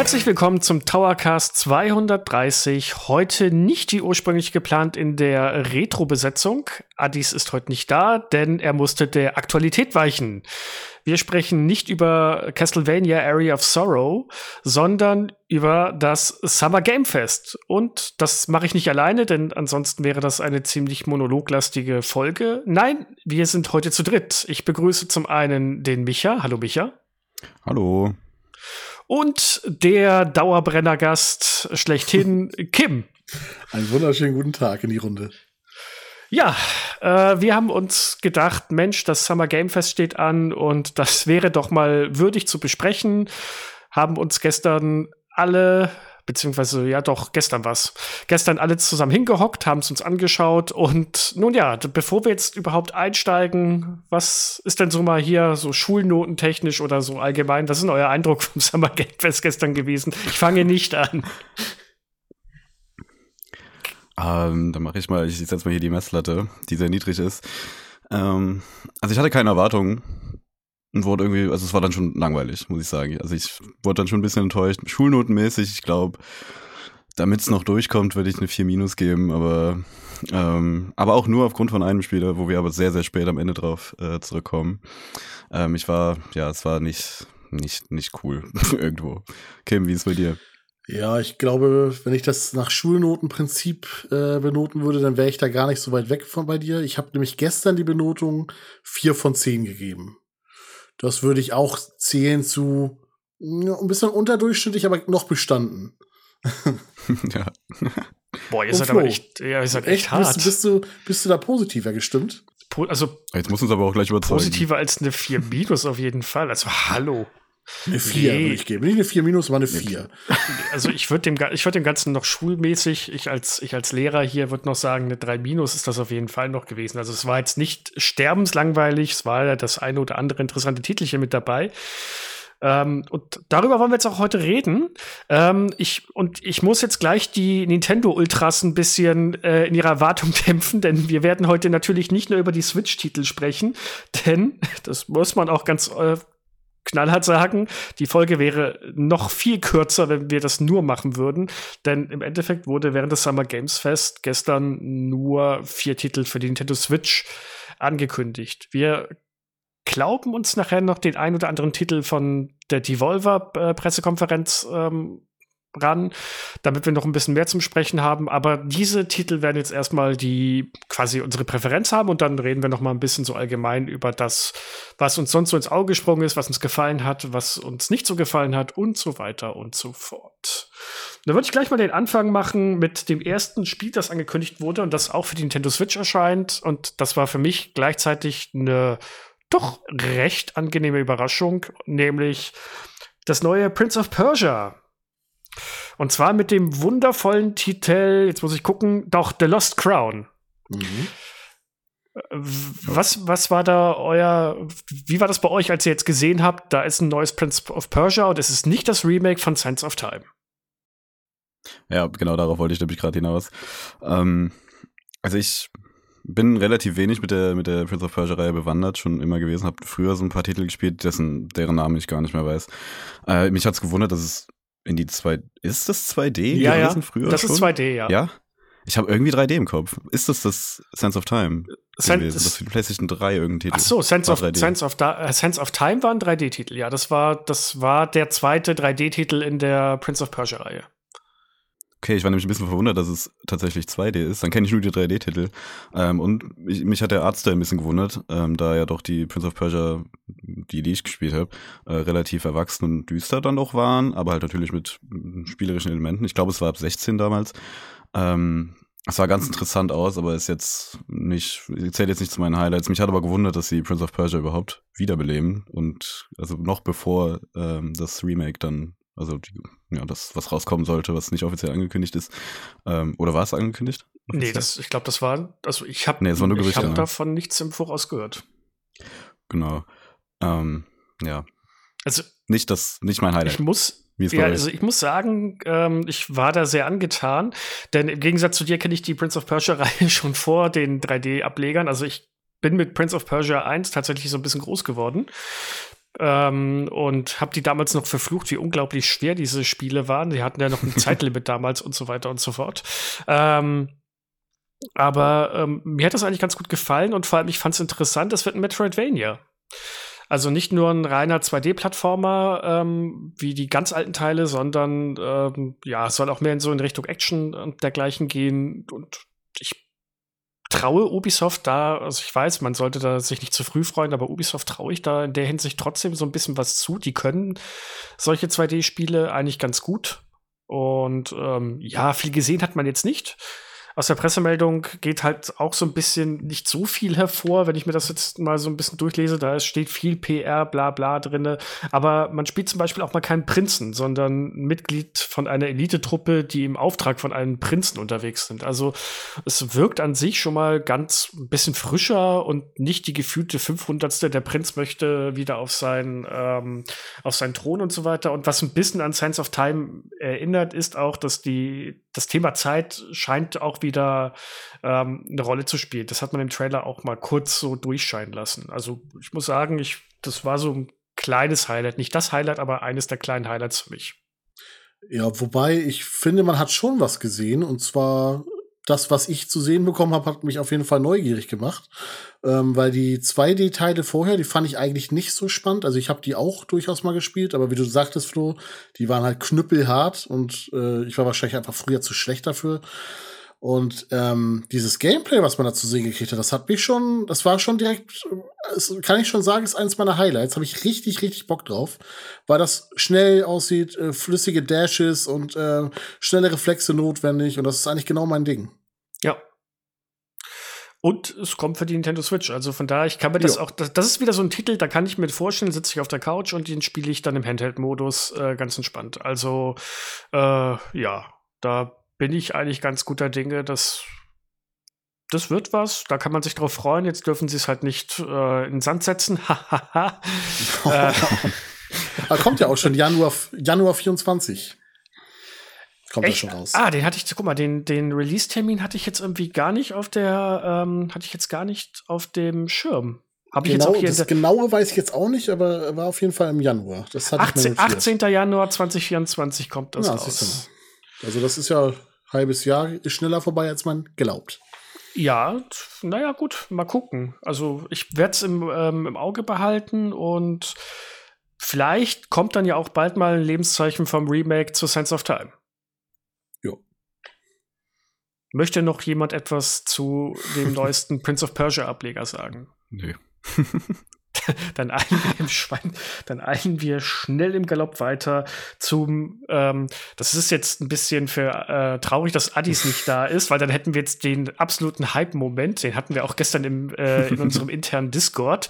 Herzlich willkommen zum Towercast 230. Heute nicht wie ursprünglich geplant in der Retro-Besetzung. Addis ist heute nicht da, denn er musste der Aktualität weichen. Wir sprechen nicht über Castlevania Area of Sorrow, sondern über das Summer Game Fest. Und das mache ich nicht alleine, denn ansonsten wäre das eine ziemlich monologlastige Folge. Nein, wir sind heute zu dritt. Ich begrüße zum einen den Micha. Hallo Micha. Hallo. Und der Dauerbrennergast schlechthin, Kim. Einen wunderschönen guten Tag in die Runde. Ja, wir haben uns gedacht, Mensch, das Summer Game Fest steht an und das wäre doch mal würdig zu besprechen. Haben uns gestern alle, beziehungsweise ja doch, gestern alle zusammen hingehockt, haben es uns angeschaut und nun ja, bevor wir jetzt überhaupt einsteigen, was ist denn so mal hier so schulnotentechnisch oder so allgemein, was ist denn euer Eindruck vom Summer Game Fest gestern gewesen? Ich fange nicht an. Dann mache ich setze mal hier die Messlatte, die sehr niedrig ist. Also ich hatte keine Erwartungen und wurde irgendwie, also es war dann schon langweilig, muss ich sagen. Also ich wurde dann schon ein bisschen enttäuscht. Schulnotenmäßig, ich glaube, damit es noch durchkommt, würde ich eine 4- geben, aber auch nur aufgrund von einem Spieler, wo wir aber sehr, sehr spät am Ende drauf zurückkommen. Es war nicht cool irgendwo. Kim, wie ist es bei dir? Ja, ich glaube, wenn ich das nach Schulnotenprinzip benoten würde, dann wäre ich da gar nicht so weit weg von bei dir. Ich habe nämlich gestern die Benotung 4 von 10 gegeben. Das würde ich auch zählen zu ein bisschen unterdurchschnittlich, aber noch bestanden. Ja. Boah, ihr seid aber echt hart. Bist du da positiver gestimmt? Also jetzt muss uns aber auch gleich überzeugen. Positiver als eine 4- auf jeden Fall. Also hallo. Eine 4 würde ich geben. Nicht eine 4-, aber eine 4. Also ich würd dem Ganzen noch schulmäßig, ich als Lehrer hier würde noch sagen, eine 3- ist das auf jeden Fall noch gewesen. Also es war jetzt nicht sterbenslangweilig, es war ja das eine oder andere interessante Titelchen mit dabei. Und darüber wollen wir jetzt auch heute reden. Ich muss jetzt gleich die Nintendo-Ultras ein bisschen in ihrer Erwartung dämpfen, denn wir werden heute natürlich nicht nur über die Switch-Titel sprechen, denn das muss man auch ganz knallhart sagen, die Folge wäre noch viel kürzer, wenn wir das nur machen würden, denn im Endeffekt wurde während des Summer Games Fest gestern nur 4 Titel für die Nintendo Switch angekündigt. Wir glauben uns nachher noch den ein oder anderen Titel von der Devolver-Pressekonferenz ran, damit wir noch ein bisschen mehr zum Sprechen haben. Aber diese Titel werden jetzt erstmal die quasi unsere Präferenz haben und dann reden wir noch mal ein bisschen so allgemein über das, was uns sonst so ins Auge gesprungen ist, was uns gefallen hat, was uns nicht so gefallen hat und so weiter und so fort. Da würde ich gleich mal den Anfang machen mit dem ersten Spiel, das angekündigt wurde und das auch für die Nintendo Switch erscheint. Und das war für mich gleichzeitig eine doch recht angenehme Überraschung, nämlich das neue Prince of Persia. Und zwar mit dem wundervollen Titel, jetzt muss ich gucken, doch The Lost Crown. Mhm. Was war da wie war das bei euch, als ihr jetzt gesehen habt, da ist ein neues Prince of Persia und es ist nicht das Remake von Sands of Time? Ja, genau darauf wollte ich nämlich gerade hinaus. Also ich bin relativ wenig mit der Prince of Persia-Reihe bewandert, schon immer gewesen, habe früher so ein paar Titel gespielt, deren Namen ich gar nicht mehr weiß. Mich hat's gewundert, dass es ist das 2D gewesen früher? Das schon? Ist 2D, ja. Ja? Ich habe irgendwie 3D im Kopf. Ist das Sands of Time gewesen? Das für die PlayStation 3 irgendein Titel. Ach so, Sands of Time war ein 3D-Titel, ja. Das war der zweite 3D-Titel in der Prince of Persia-Reihe. Okay, ich war nämlich ein bisschen verwundert, dass es tatsächlich 2D ist. Dann kenne ich nur die 3D-Titel. Und mich hat der Artstyle ein bisschen gewundert, da ja doch die Prince of Persia, die ich gespielt habe, relativ erwachsen und düster dann auch waren, aber halt natürlich mit spielerischen Elementen. Ich glaube, es war ab 16 damals. Es sah ganz interessant aus, aber ist jetzt zählt jetzt nicht zu meinen Highlights. Mich hat aber gewundert, dass sie Prince of Persia überhaupt wiederbeleben und also noch bevor das Remake dann das, was rauskommen sollte, was nicht offiziell angekündigt ist. Oder war es angekündigt? Nee, ich glaube, das war, also ich habe hab davon nichts im Voraus gehört. Genau. Ja. Also nicht mein Highlight. Ich muss sagen, ich war da sehr angetan, denn im Gegensatz zu dir kenne ich die Prince of Persia-Reihe schon vor den 3D-Ablegern. Also ich bin mit Prince of Persia 1 tatsächlich so ein bisschen groß geworden. und habe die damals noch verflucht, wie unglaublich schwer diese Spiele waren. Die hatten ja noch ein Zeitlimit damals und so weiter und so fort. Aber mir hat das eigentlich ganz gut gefallen und vor allem, ich fand es interessant, es wird ein Metroidvania. Also nicht nur ein reiner 2D-Plattformer wie die ganz alten Teile, sondern es soll auch mehr in Richtung Action und dergleichen gehen. Und ich traue Ubisoft da, also ich weiß, man sollte da sich nicht zu früh freuen, aber Ubisoft traue ich da in der Hinsicht trotzdem so ein bisschen was zu. Die können solche 2D-Spiele eigentlich ganz gut. Und viel gesehen hat man jetzt nicht. Aus der Pressemeldung geht halt auch so ein bisschen nicht so viel hervor, wenn ich mir das jetzt mal so ein bisschen durchlese. Da steht viel PR, bla bla drinne. Aber man spielt zum Beispiel auch mal keinen Prinzen, sondern ein Mitglied von einer Elitetruppe, die im Auftrag von einem Prinzen unterwegs sind. Also es wirkt an sich schon mal ganz ein bisschen frischer und nicht die gefühlte 500. Der Prinz möchte wieder auf seinen Thron und so weiter. Und was ein bisschen an Sands of Time erinnert, ist auch, dass das Thema Zeit scheint auch wieder eine Rolle zu spielen. Das hat man im Trailer auch mal kurz so durchscheinen lassen. Also ich muss sagen, das war so ein kleines Highlight. Nicht das Highlight, aber eines der kleinen Highlights für mich. Ja, wobei ich finde, man hat schon was gesehen. Und zwar das, was ich zu sehen bekommen habe, hat mich auf jeden Fall neugierig gemacht. Weil die 2D-Teile vorher, die fand ich eigentlich nicht so spannend. Also ich habe die auch durchaus mal gespielt, aber wie du sagtest, Flo, die waren halt knüppelhart und ich war wahrscheinlich einfach früher zu schlecht dafür. Und dieses Gameplay, was man da zu sehen gekriegt hat, das war schon direkt, kann ich schon sagen, ist eines meiner Highlights. Habe ich richtig, richtig Bock drauf, weil das schnell aussieht, flüssige Dashes und schnelle Reflexe notwendig. Und das ist eigentlich genau mein Ding. Ja. Und es kommt für die Nintendo Switch. Also von daher, ich kann mir das auch, das ist wieder so ein Titel, da kann ich mir vorstellen, sitze ich auf der Couch und den spiele ich dann im Handheld-Modus ganz entspannt. Also da bin ich eigentlich ganz guter Dinge, das wird was, da kann man sich drauf freuen. Jetzt dürfen sie es halt nicht in den Sand setzen. Da kommt ja auch schon Januar 24. Kommt das schon raus. Den hatte ich, guck mal, den Release-Termin hatte ich jetzt irgendwie gar nicht auf dem Schirm. Das Genaue weiß ich jetzt auch nicht, aber war auf jeden Fall im Januar. Das hatte ich mir notiert. 18. Januar 2024 kommt das raus. Also das ist ja halbes Jahr, ist schneller vorbei, als man glaubt. Ja, naja, gut, mal gucken. Also ich werde es im Auge behalten und vielleicht kommt dann ja auch bald mal ein Lebenszeichen vom Remake zu Sands of Time. Jo. Möchte noch jemand etwas zu dem neuesten Prince of Persia Ableger sagen? Nö. Dann eilen wir schnell im Galopp weiter zum, das ist jetzt ein bisschen für traurig, dass Addis nicht da ist, weil dann hätten wir jetzt den absoluten Hype-Moment, den hatten wir auch gestern in unserem internen Discord,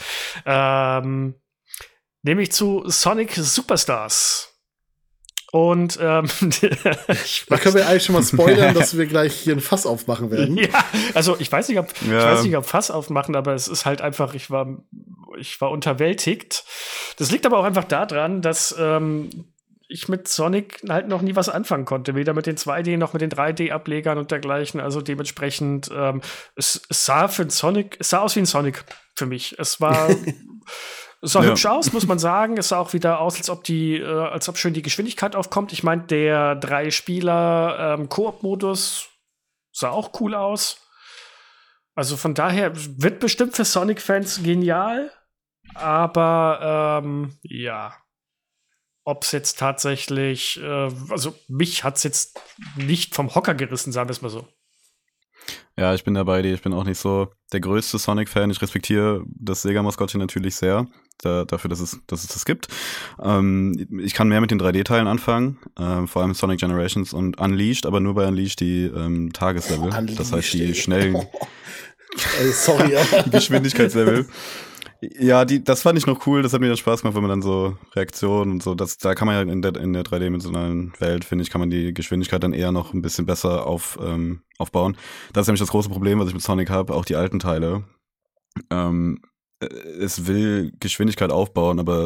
nämlich zu Sonic Superstars. Und da können wir eigentlich schon mal spoilern, dass wir gleich hier ein Fass aufmachen werden. Ja, also ich weiß nicht, ob Fass aufmachen, aber es ist halt einfach, ich war unterwältigt. Das liegt aber auch einfach daran, dass ich mit Sonic halt noch nie was anfangen konnte, weder mit den 2D noch mit den 3D-Ablegern und dergleichen. Also dementsprechend, es sah aus wie ein Sonic für mich. Es sah hübsch aus, muss man sagen. Es sah auch wieder aus, als ob schön die Geschwindigkeit aufkommt. Ich meine, der 3-Spieler Koop-Modus sah auch cool aus. Also von daher wird bestimmt für Sonic-Fans genial. Aber ob es jetzt tatsächlich, also mich hat es jetzt nicht vom Hocker gerissen, sagen wir es mal so. Ja, ich bin da bei dir. Ich bin auch nicht so der größte Sonic-Fan. Ich respektiere das Sega-Maskottchen natürlich sehr, dafür, dass es das gibt. Ich kann mehr mit den 3D-Teilen anfangen, vor allem Sonic Generations und Unleashed, aber nur bei Unleashed die Tageslevel. Das heißt, die schnellen sorry, Geschwindigkeitslevel. Ja, das fand ich noch cool, das hat mir dann Spaß gemacht, wenn man dann so Reaktionen und so, da kann man ja in der dreidimensionalen Welt, finde ich, kann man die Geschwindigkeit dann eher noch ein bisschen besser aufbauen. Das ist nämlich das große Problem, was ich mit Sonic habe, auch die alten Teile. Es will Geschwindigkeit aufbauen, aber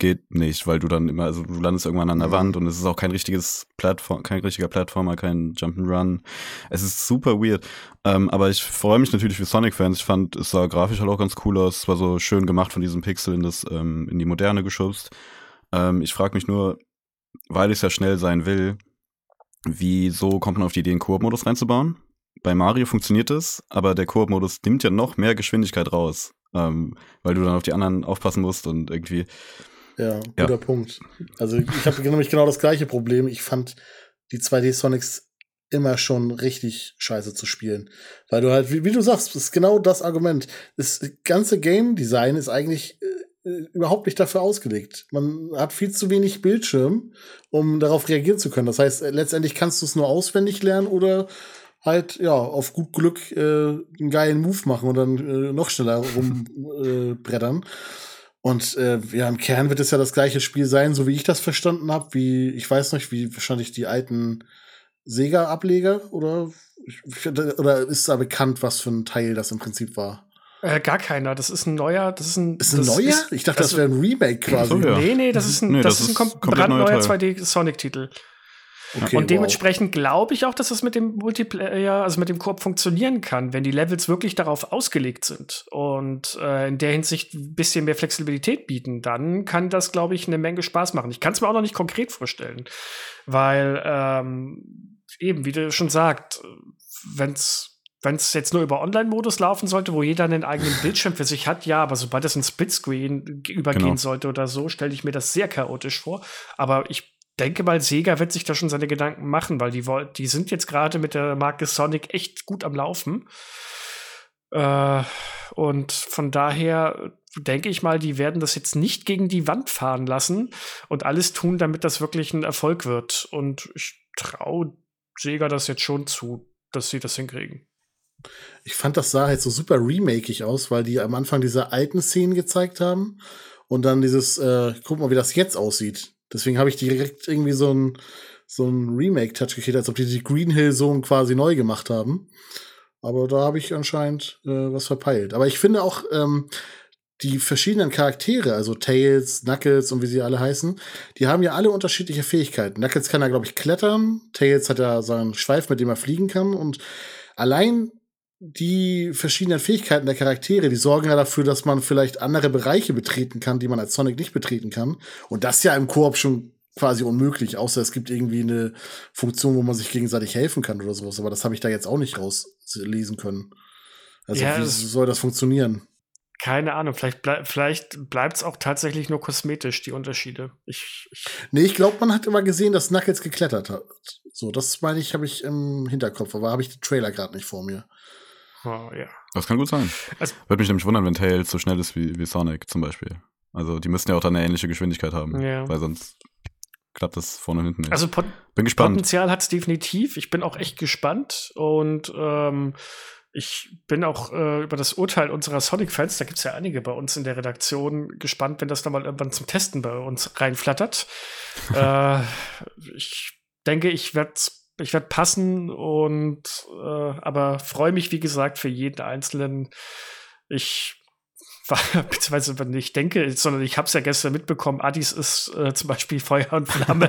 geht nicht, weil du dann immer, also du landest irgendwann an der Wand und es ist auch kein richtiger Plattformer, kein Jump'n'Run. Es ist super weird. Aber ich freue mich natürlich für Sonic-Fans. Ich fand, es sah grafisch halt auch ganz cool aus. Es war so schön gemacht von diesem Pixel in die Moderne geschubst. Ich frage mich nur, weil es ja schnell sein will, wieso kommt man auf die Idee, einen Koop-Modus reinzubauen? Bei Mario funktioniert es, aber der Koop-Modus nimmt ja noch mehr Geschwindigkeit raus, weil du dann auf die anderen aufpassen musst und irgendwie. Ja, guter Punkt. Also ich habe nämlich genau das gleiche Problem. Ich fand die 2D-Sonics immer schon richtig scheiße zu spielen. Weil du halt, wie du sagst, das ist genau das Argument. Das ganze Game-Design ist eigentlich überhaupt nicht dafür ausgelegt. Man hat viel zu wenig Bildschirm, um darauf reagieren zu können. Das heißt, letztendlich kannst du es nur auswendig lernen oder halt, ja, auf gut Glück einen geilen Move machen und dann noch schneller rumbreddern. Und ja, im Kern wird es ja das gleiche Spiel sein, so wie ich das verstanden habe, ich weiß nicht, wie wahrscheinlich die alten Sega-Ableger oder ist da bekannt, was für ein Teil das im Prinzip war? Gar keiner. Das ist ein neuer. Ist ein neuer? Ich dachte, das wäre ein Remake quasi. So, ja. Nee, das ist ein brandneuer 2D-Sonic-Titel. Okay, und dementsprechend glaube ich auch, dass das mit dem Multiplayer, also mit dem Koop funktionieren kann, wenn die Levels wirklich darauf ausgelegt sind und in der Hinsicht ein bisschen mehr Flexibilität bieten, dann kann das, glaube ich, eine Menge Spaß machen. Ich kann es mir auch noch nicht konkret vorstellen, weil eben, wie du schon sagst, wenn es jetzt nur über Online-Modus laufen sollte, wo jeder einen eigenen Bildschirm für sich hat, ja, aber sobald es in Splitscreen übergehen sollte oder so, stelle ich mir das sehr chaotisch vor. Aber ich denke mal, Sega wird sich da schon seine Gedanken machen, weil die sind jetzt gerade mit der Marke Sonic echt gut am Laufen. Und von daher denke ich mal, die werden das jetzt nicht gegen die Wand fahren lassen und alles tun, damit das wirklich ein Erfolg wird. Und ich traue Sega das jetzt schon zu, dass sie das hinkriegen. Ich fand, das sah halt so super remakig aus, weil die am Anfang diese alten Szenen gezeigt haben und dann dieses, guck mal, wie das jetzt aussieht. Deswegen habe ich direkt irgendwie so ein Remake-Touch gekriegt, als ob die Green Hill Zone quasi neu gemacht haben. Aber da habe ich anscheinend was verpeilt. Aber ich finde auch die verschiedenen Charaktere, also Tails, Knuckles und wie sie alle heißen, die haben ja alle unterschiedliche Fähigkeiten. Knuckles kann ja, glaube ich, klettern. Tails hat ja seinen Schweif, mit dem er fliegen kann. Und allein die verschiedenen Fähigkeiten der Charaktere, die sorgen ja dafür, dass man vielleicht andere Bereiche betreten kann, die man als Sonic nicht betreten kann. Und das ist ja im Koop schon quasi unmöglich, außer es gibt irgendwie eine Funktion, wo man sich gegenseitig helfen kann oder sowas. Aber das habe ich da jetzt auch nicht rauslesen können. Also wie soll das funktionieren? Keine Ahnung, vielleicht bleibt es auch tatsächlich nur kosmetisch, die Unterschiede. Nee, ich glaube, man hat immer gesehen, dass Knuckles geklettert hat. So, das meine ich, habe ich im Hinterkopf, aber habe ich den Trailer gerade nicht vor mir. Oh, ja. Das kann gut sein. Würde mich nämlich wundern, wenn Tails so schnell ist wie Sonic zum Beispiel. Also die müssten ja auch dann eine ähnliche Geschwindigkeit haben, weil sonst klappt das vorne und hinten nicht. Also bin gespannt. Potenzial hat es definitiv. Ich bin auch echt gespannt und ich bin auch über das Urteil unserer Sonic-Fans, da gibt es ja einige bei uns in der Redaktion, gespannt, wenn das dann mal irgendwann zum Testen bei uns reinflattert. Ich denke, ich werd passen und aber freue mich, wie gesagt, für jeden Einzelnen. Beziehungsweise nicht denke, sondern ich habe es ja gestern mitbekommen, Addis ist zum Beispiel Feuer und Flamme.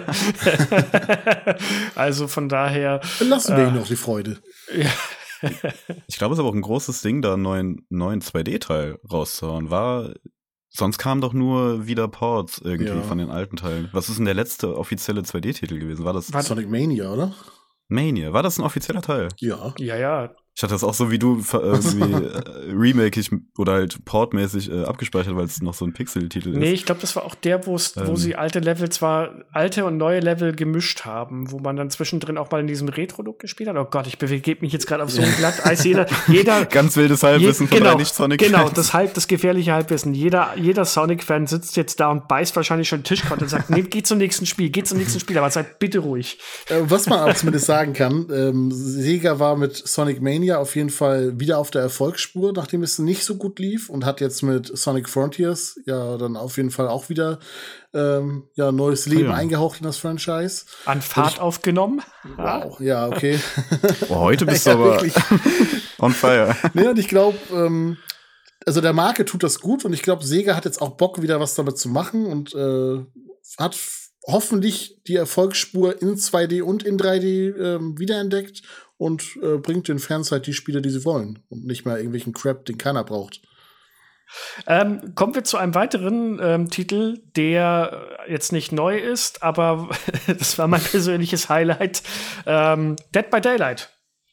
Also von daher lassen wir ihn noch die Freude. Ja. Ich glaube, es ist aber auch ein großes Ding, da einen neuen 2D-Teil rauszuhauen. Sonst kamen doch nur wieder Ports irgendwie von den alten Teilen. Was ist denn der letzte offizielle 2D-Titel gewesen? War das Sonic Mania, oder? Mania. War das ein offizieller Teil? Ja. Ja. Ich hatte das auch so wie du remake-ig oder halt portmäßig abgespeichert, weil es noch so ein Pixel-Titel ist. Nee, ich glaube, das war auch der, wo sie alte Level, zwar alte und neue Level gemischt haben, wo man dann zwischendrin auch mal in diesem Retro-Look gespielt hat. Oh Gott, ich begebe mich jetzt gerade auf so ein Glatteis. Jeder ganz wildes Halbwissen von drei Nicht-Sonic-Fans. Genau, das gefährliche Halbwissen. Jeder Sonic-Fan sitzt jetzt da und beißt wahrscheinlich schon den Tischkant und sagt, nee, geh zum nächsten Spiel, aber seid bitte ruhig. Was man aber zumindest sagen kann, Sega war mit Sonic Mania auf jeden Fall wieder auf der Erfolgsspur, nachdem es nicht so gut lief und hat jetzt mit Sonic Frontiers ja dann auf jeden Fall auch wieder neues Leben eingehaucht in das Franchise. An Fahrt aufgenommen. Wow, ja, okay. Heute bist du aber on fire. Nee, und ich glaube, also der Marke tut das gut und ich glaube, Sega hat jetzt auch Bock, wieder was damit zu machen und hat hoffentlich die Erfolgsspur in 2D und in 3D wiederentdeckt und bringt den Fans halt die Spiele, die sie wollen und nicht mal irgendwelchen Crap, den keiner braucht. Kommen wir zu einem weiteren Titel, der jetzt nicht neu ist, aber das war mein persönliches Highlight. Dead by Daylight.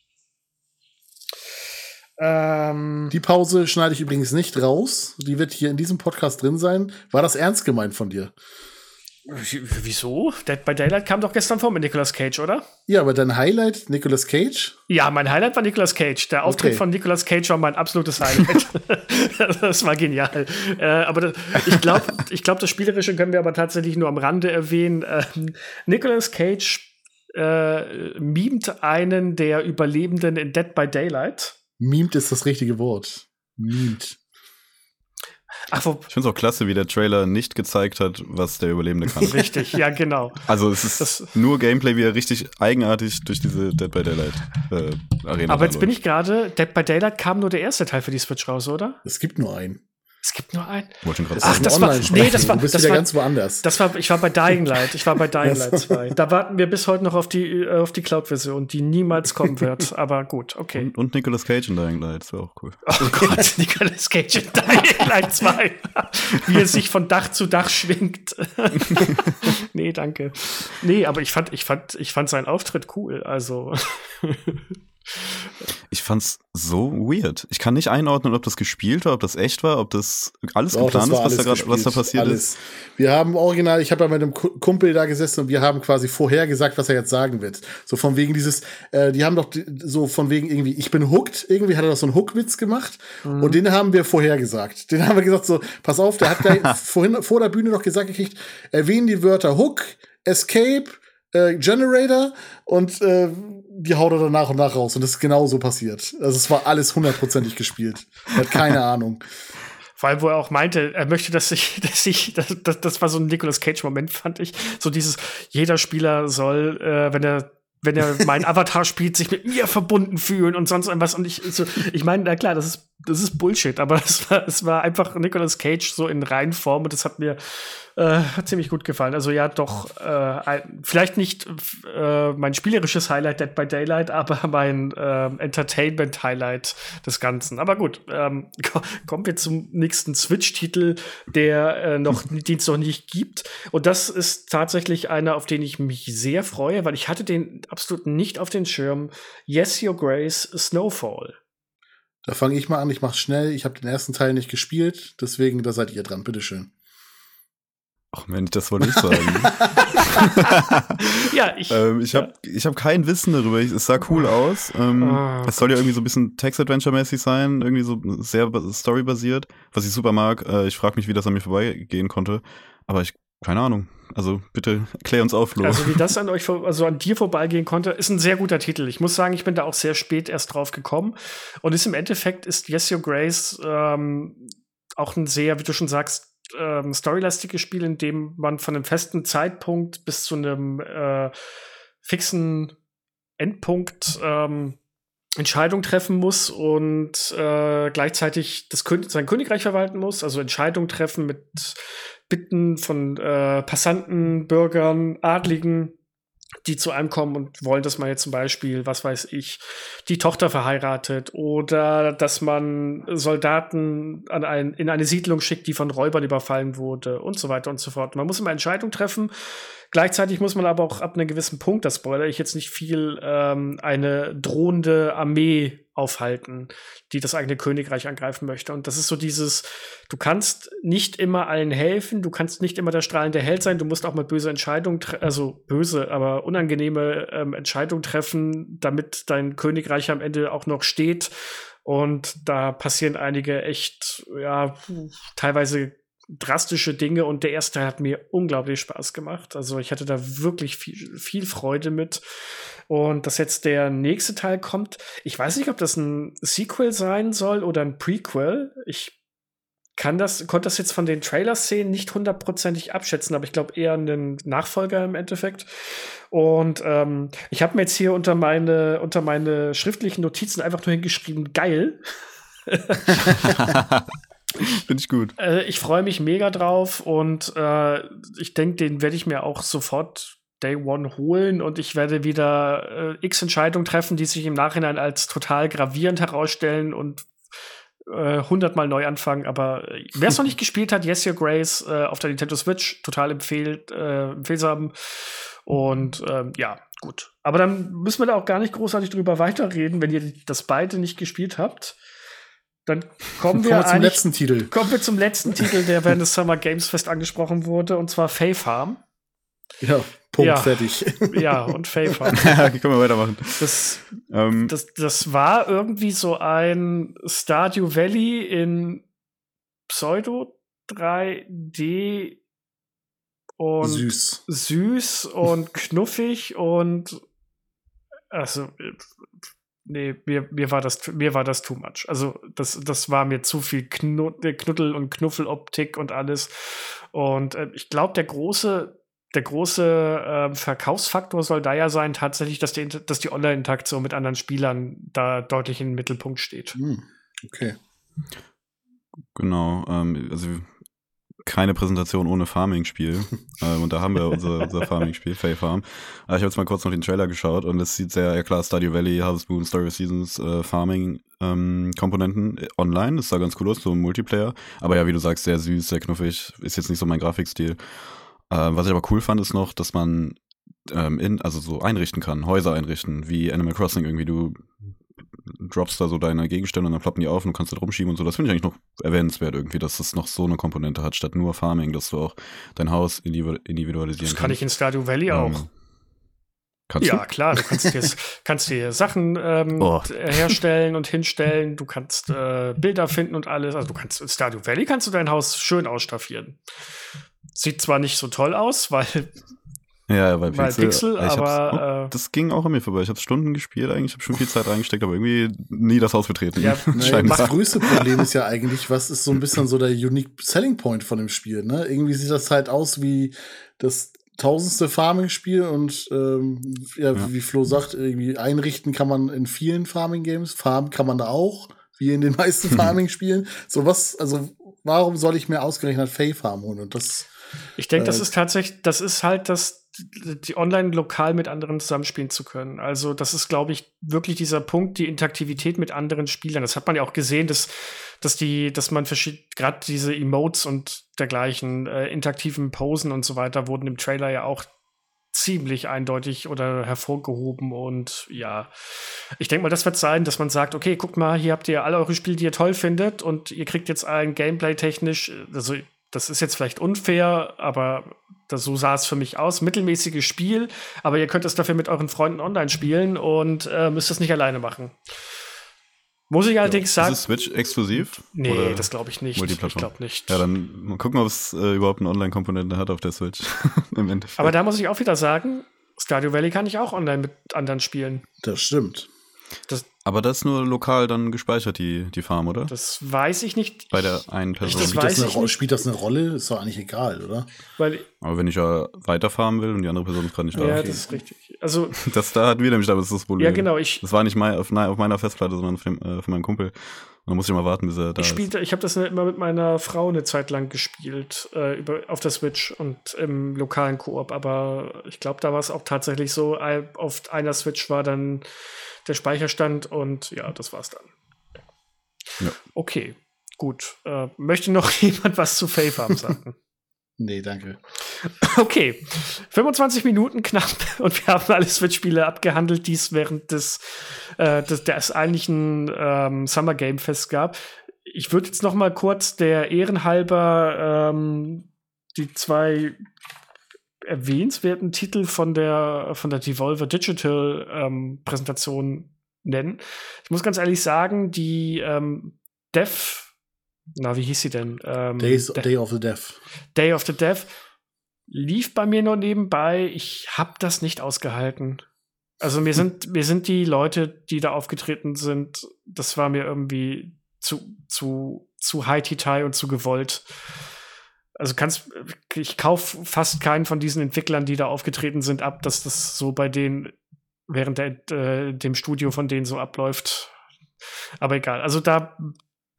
Die Pause schneide ich übrigens nicht raus. Die wird hier in diesem Podcast drin sein. War das ernst gemeint von dir? Wieso? Dead by Daylight kam doch gestern vor mit Nicolas Cage, oder? Ja, aber dein Highlight, Nicolas Cage? Ja, mein Highlight war Nicolas Cage. Der Auftritt von Nicolas Cage war mein absolutes Highlight. Das war genial. Aber ich glaube, das Spielerische können wir aber tatsächlich nur am Rande erwähnen. Nicolas Cage mimt einen der Überlebenden in Dead by Daylight. Mimt ist das richtige Wort. Mimt. Ich finde es auch klasse, wie der Trailer nicht gezeigt hat, was der Überlebende kann. Richtig, ja, genau. Also es ist nur Gameplay, wie er richtig eigenartig durch diese Dead by Daylight Arena. Aber jetzt bin ich gerade, Dead by Daylight kam nur der erste Teil für die Switch raus, oder? Es gibt nur einen. Es gibt nur einen. Ach, das war du bist wieder ganz woanders. Ich war bei Dying Light. Ich war bei Dying Light 2. Da warten wir bis heute noch auf die Cloud-Version, die niemals kommen wird. Aber gut, okay. Und Nicolas Cage in Dying Light, das wäre auch cool. Oh Gott, Nicolas Cage in Dying Light 2. Wie er sich von Dach zu Dach schwingt. Nee, danke. Nee, aber ich fand seinen Auftritt cool. Also ich fand's so weird. Ich kann nicht einordnen, ob das gespielt war, ob das echt war, ob das alles geplant ist, was da passiert ist. Wir haben original, ich habe ja mit einem Kumpel da gesessen und wir haben quasi vorhergesagt, was er jetzt sagen wird. So von wegen dieses, die haben doch so von wegen irgendwie, ich bin hooked, irgendwie hat er doch so einen Hookwitz gemacht und den haben wir vorhergesagt. Den haben wir gesagt so, pass auf, der hat gleich vor der Bühne noch gesagt gekriegt, erwähnen die Wörter Hook, Escape, Generator und die haut er dann nach und nach raus. Und das ist genau so passiert. Also es war alles 100%ig gespielt. Er hat keine Ahnung. Vor allem, wo er auch meinte, er möchte, das war so ein Nicolas Cage-Moment, fand ich. So dieses, jeder Spieler soll, wenn er meinen Avatar spielt, sich mit mir verbunden fühlen und sonst irgendwas. Und ich meine, na klar, das ist Bullshit, aber es war einfach Nicolas Cage so in Reinform und das hat mir ziemlich gut gefallen. Also ja, doch, vielleicht nicht mein spielerisches Highlight Dead by Daylight, aber mein Entertainment-Highlight des Ganzen. Aber gut, kommen wir zum nächsten Switch-Titel, den es noch nicht gibt. Und das ist tatsächlich einer, auf den ich mich sehr freue, weil ich hatte den absolut nicht auf den Schirm. Yes, Your Grace, Snowfall. Da fange ich mal an, ich mach's schnell. Ich habe den ersten Teil nicht gespielt, deswegen, da seid ihr dran, bitteschön. Ach Mensch, das wollte ich sagen. Ja, ich hab kein Wissen darüber. Es sah cool aus. Es soll ja irgendwie so ein bisschen Text-Adventure-mäßig sein, irgendwie so sehr storybasiert, was ich super mag. Ich frage mich, wie das an mir vorbeigehen konnte. Aber keine Ahnung. Also bitte klär uns auf, Flo. Also wie das an dir vorbeigehen konnte, ist ein sehr guter Titel. Ich muss sagen, ich bin da auch sehr spät erst drauf gekommen. Und im Endeffekt ist Yes, Your Grace auch ein sehr, wie du schon sagst, storylastiges Spiel, in dem man von einem festen Zeitpunkt bis zu einem fixen Endpunkt Entscheidung treffen muss und gleichzeitig sein Königreich verwalten muss. Also Entscheidungen treffen mit Bitten von Passanten, Bürgern, Adligen, die zu einem kommen und wollen, dass man jetzt zum Beispiel, was weiß ich, die Tochter verheiratet oder dass man Soldaten in eine Siedlung schickt, die von Räubern überfallen wurde und so weiter und so fort. Man muss immer Entscheidungen treffen. Gleichzeitig muss man aber auch ab einem gewissen Punkt, das spoilere ich jetzt nicht viel, eine drohende Armee aufhalten, die das eigene Königreich angreifen möchte. Und das ist so dieses, du kannst nicht immer allen helfen, du kannst nicht immer der strahlende Held sein, du musst auch mal böse Entscheidungen, also böse, aber unangenehme Entscheidungen treffen, damit dein Königreich am Ende auch noch steht. Und da passieren einige echt, ja, teilweise drastische Dinge und der erste Teil hat mir unglaublich Spaß gemacht. Also ich hatte da wirklich viel Freude mit. Und dass jetzt der nächste Teil kommt, ich weiß nicht, ob das ein Sequel sein soll oder ein Prequel. Ich konnte das jetzt von den Trailer-Szenen nicht 100%ig abschätzen, aber ich glaube eher einen Nachfolger im Endeffekt. Und ich habe mir jetzt hier unter meine schriftlichen Notizen einfach nur hingeschrieben, geil. Finde ich gut. Ich freue mich mega drauf und ich denke, den werde ich mir auch sofort Day One holen und ich werde wieder x Entscheidungen treffen, die sich im Nachhinein als total gravierend herausstellen und 100-mal neu anfangen. Aber wer es noch nicht gespielt hat, Yes Your Grace auf der Nintendo Switch, total empfehlsam. Und ja, gut. Aber dann müssen wir da auch gar nicht großartig drüber weiterreden, wenn ihr das beide nicht gespielt habt. Dann kommen wir zum letzten Titel. Kommen wir zum letzten Titel, der während des Summer Games Fest angesprochen wurde, und zwar Fae Farm. Ja, Punkt, fertig. Ja, und Fae Farm. Können wir weitermachen. Das war irgendwie so ein Stardew Valley in Pseudo 3D und süß und knuffig und also nee, mir war das too much. Also das war mir zu viel Knuddel- und Knuffeloptik und alles. Und ich glaube, der große Verkaufsfaktor soll da ja sein, tatsächlich, dass die Online-Interaktion mit anderen Spielern da deutlich im Mittelpunkt steht. Okay. Genau, also keine Präsentation ohne Farming-Spiel. Und da haben wir unser Farming-Spiel, Fae Farm. Ich habe jetzt mal kurz noch den Trailer geschaut und es sieht sehr, ja klar, Stardew Valley, Harvest Moon, Story of Seasons, Farming-Komponenten online. Das sah ganz cool aus, so ein Multiplayer. Aber ja, wie du sagst, sehr süß, sehr knuffig. Ist jetzt nicht so mein Grafikstil. Was ich aber cool fand, ist noch, dass man also so einrichten kann, Häuser einrichten, wie Animal Crossing irgendwie. Du droppst da so deine Gegenstände und dann ploppen die auf und du kannst da rumschieben und so. Das finde ich eigentlich noch erwähnenswert irgendwie, dass das noch so eine Komponente hat, statt nur Farming, dass du auch dein Haus individualisieren kannst. Das kann ich in Stardew Valley auch. Kannst du? Ja, klar, du kannst dir Sachen herstellen und hinstellen, du kannst Bilder finden und alles. Also in Stardew Valley kannst du dein Haus schön ausstaffieren. Sieht zwar nicht so toll aus, weil Pixel, aber das ging auch an mir vorbei. Ich habe Stunden gespielt eigentlich, habe schon viel Zeit reingesteckt, aber irgendwie nie das Haus betreten. Ja, das größte Problem ist ja eigentlich, was ist so ein bisschen so der Unique Selling Point von dem Spiel, ne? Irgendwie sieht das halt aus wie das 1000. Farming-Spiel und wie Flo sagt, irgendwie einrichten kann man in vielen Farming-Games, farmen kann man da auch, wie in den meisten Farming-Spielen. Warum soll ich mir ausgerechnet Fae Farm holen? Und das ich denke, das ist die online lokal mit anderen zusammenspielen zu können. Also das ist, glaube ich, wirklich dieser Punkt, die Interaktivität mit anderen Spielern. Das hat man ja auch gesehen, dass man gerade diese Emotes und dergleichen interaktiven Posen und so weiter wurden im Trailer ja auch ziemlich eindeutig oder hervorgehoben. Und ja, ich denke mal, das wird sein, dass man sagt, okay, guckt mal, hier habt ihr alle eure Spiele, die ihr toll findet und ihr kriegt jetzt ein Gameplay-technisch, also das ist jetzt vielleicht unfair, aber so sah es für mich aus. Mittelmäßiges Spiel, aber ihr könnt es dafür mit euren Freunden online spielen und müsst es nicht alleine machen. Muss ich allerdings sagen. Ist es Switch exklusiv? Nee, oder das glaube ich nicht. Ich glaube nicht. Ja, dann mal gucken, ob es überhaupt eine Online-Komponente hat auf der Switch. Im Endeffekt. Aber da muss ich auch wieder sagen, Stardew Valley kann ich auch online mit anderen spielen. Das stimmt. Aber das ist nur lokal dann gespeichert, die Farm, oder? Das weiß ich nicht. Bei der einen Person. Spielt das eine Rolle? Ist doch eigentlich egal, oder? Aber wenn ich ja weiter farmen will und die andere Person ist gerade nicht da. Ja, das ist richtig. Also, da hat wir nämlich das Problem. Ja, genau. Das war nicht auf meiner Festplatte, sondern von meinem Kumpel. Und dann muss ich mal warten, bis er da ist. Ich habe das immer mit meiner Frau eine Zeit lang gespielt, auf der Switch und im lokalen Koop. Aber ich glaube, da war es auch tatsächlich so, auf einer Switch war dann der Speicherstand und ja, das war's dann. Ja. Okay, gut. Möchte noch jemand was zu Fae Farm sagen? Nee, danke. Okay, 25 Minuten knapp und wir haben alle Switch-Spiele abgehandelt, die es während des eigentlichen Summer Game Fest gab. Ich würde jetzt noch mal kurz der Ehrenhalber die zwei erwähnenswerten Titel von der Devolver Digital Präsentation nennen. Ich muss ganz ehrlich sagen, die wie hieß sie denn? Day of the Dev. Day of the Dev lief bei mir nur nebenbei. Ich habe das nicht ausgehalten. Also mir sind die Leute, die da aufgetreten sind, das war mir irgendwie zu high-titei und zu gewollt. Also ich kaufe fast keinen von diesen Entwicklern, die da aufgetreten sind, ab, dass das so bei denen während dem Studio von denen so abläuft. Aber egal. Also da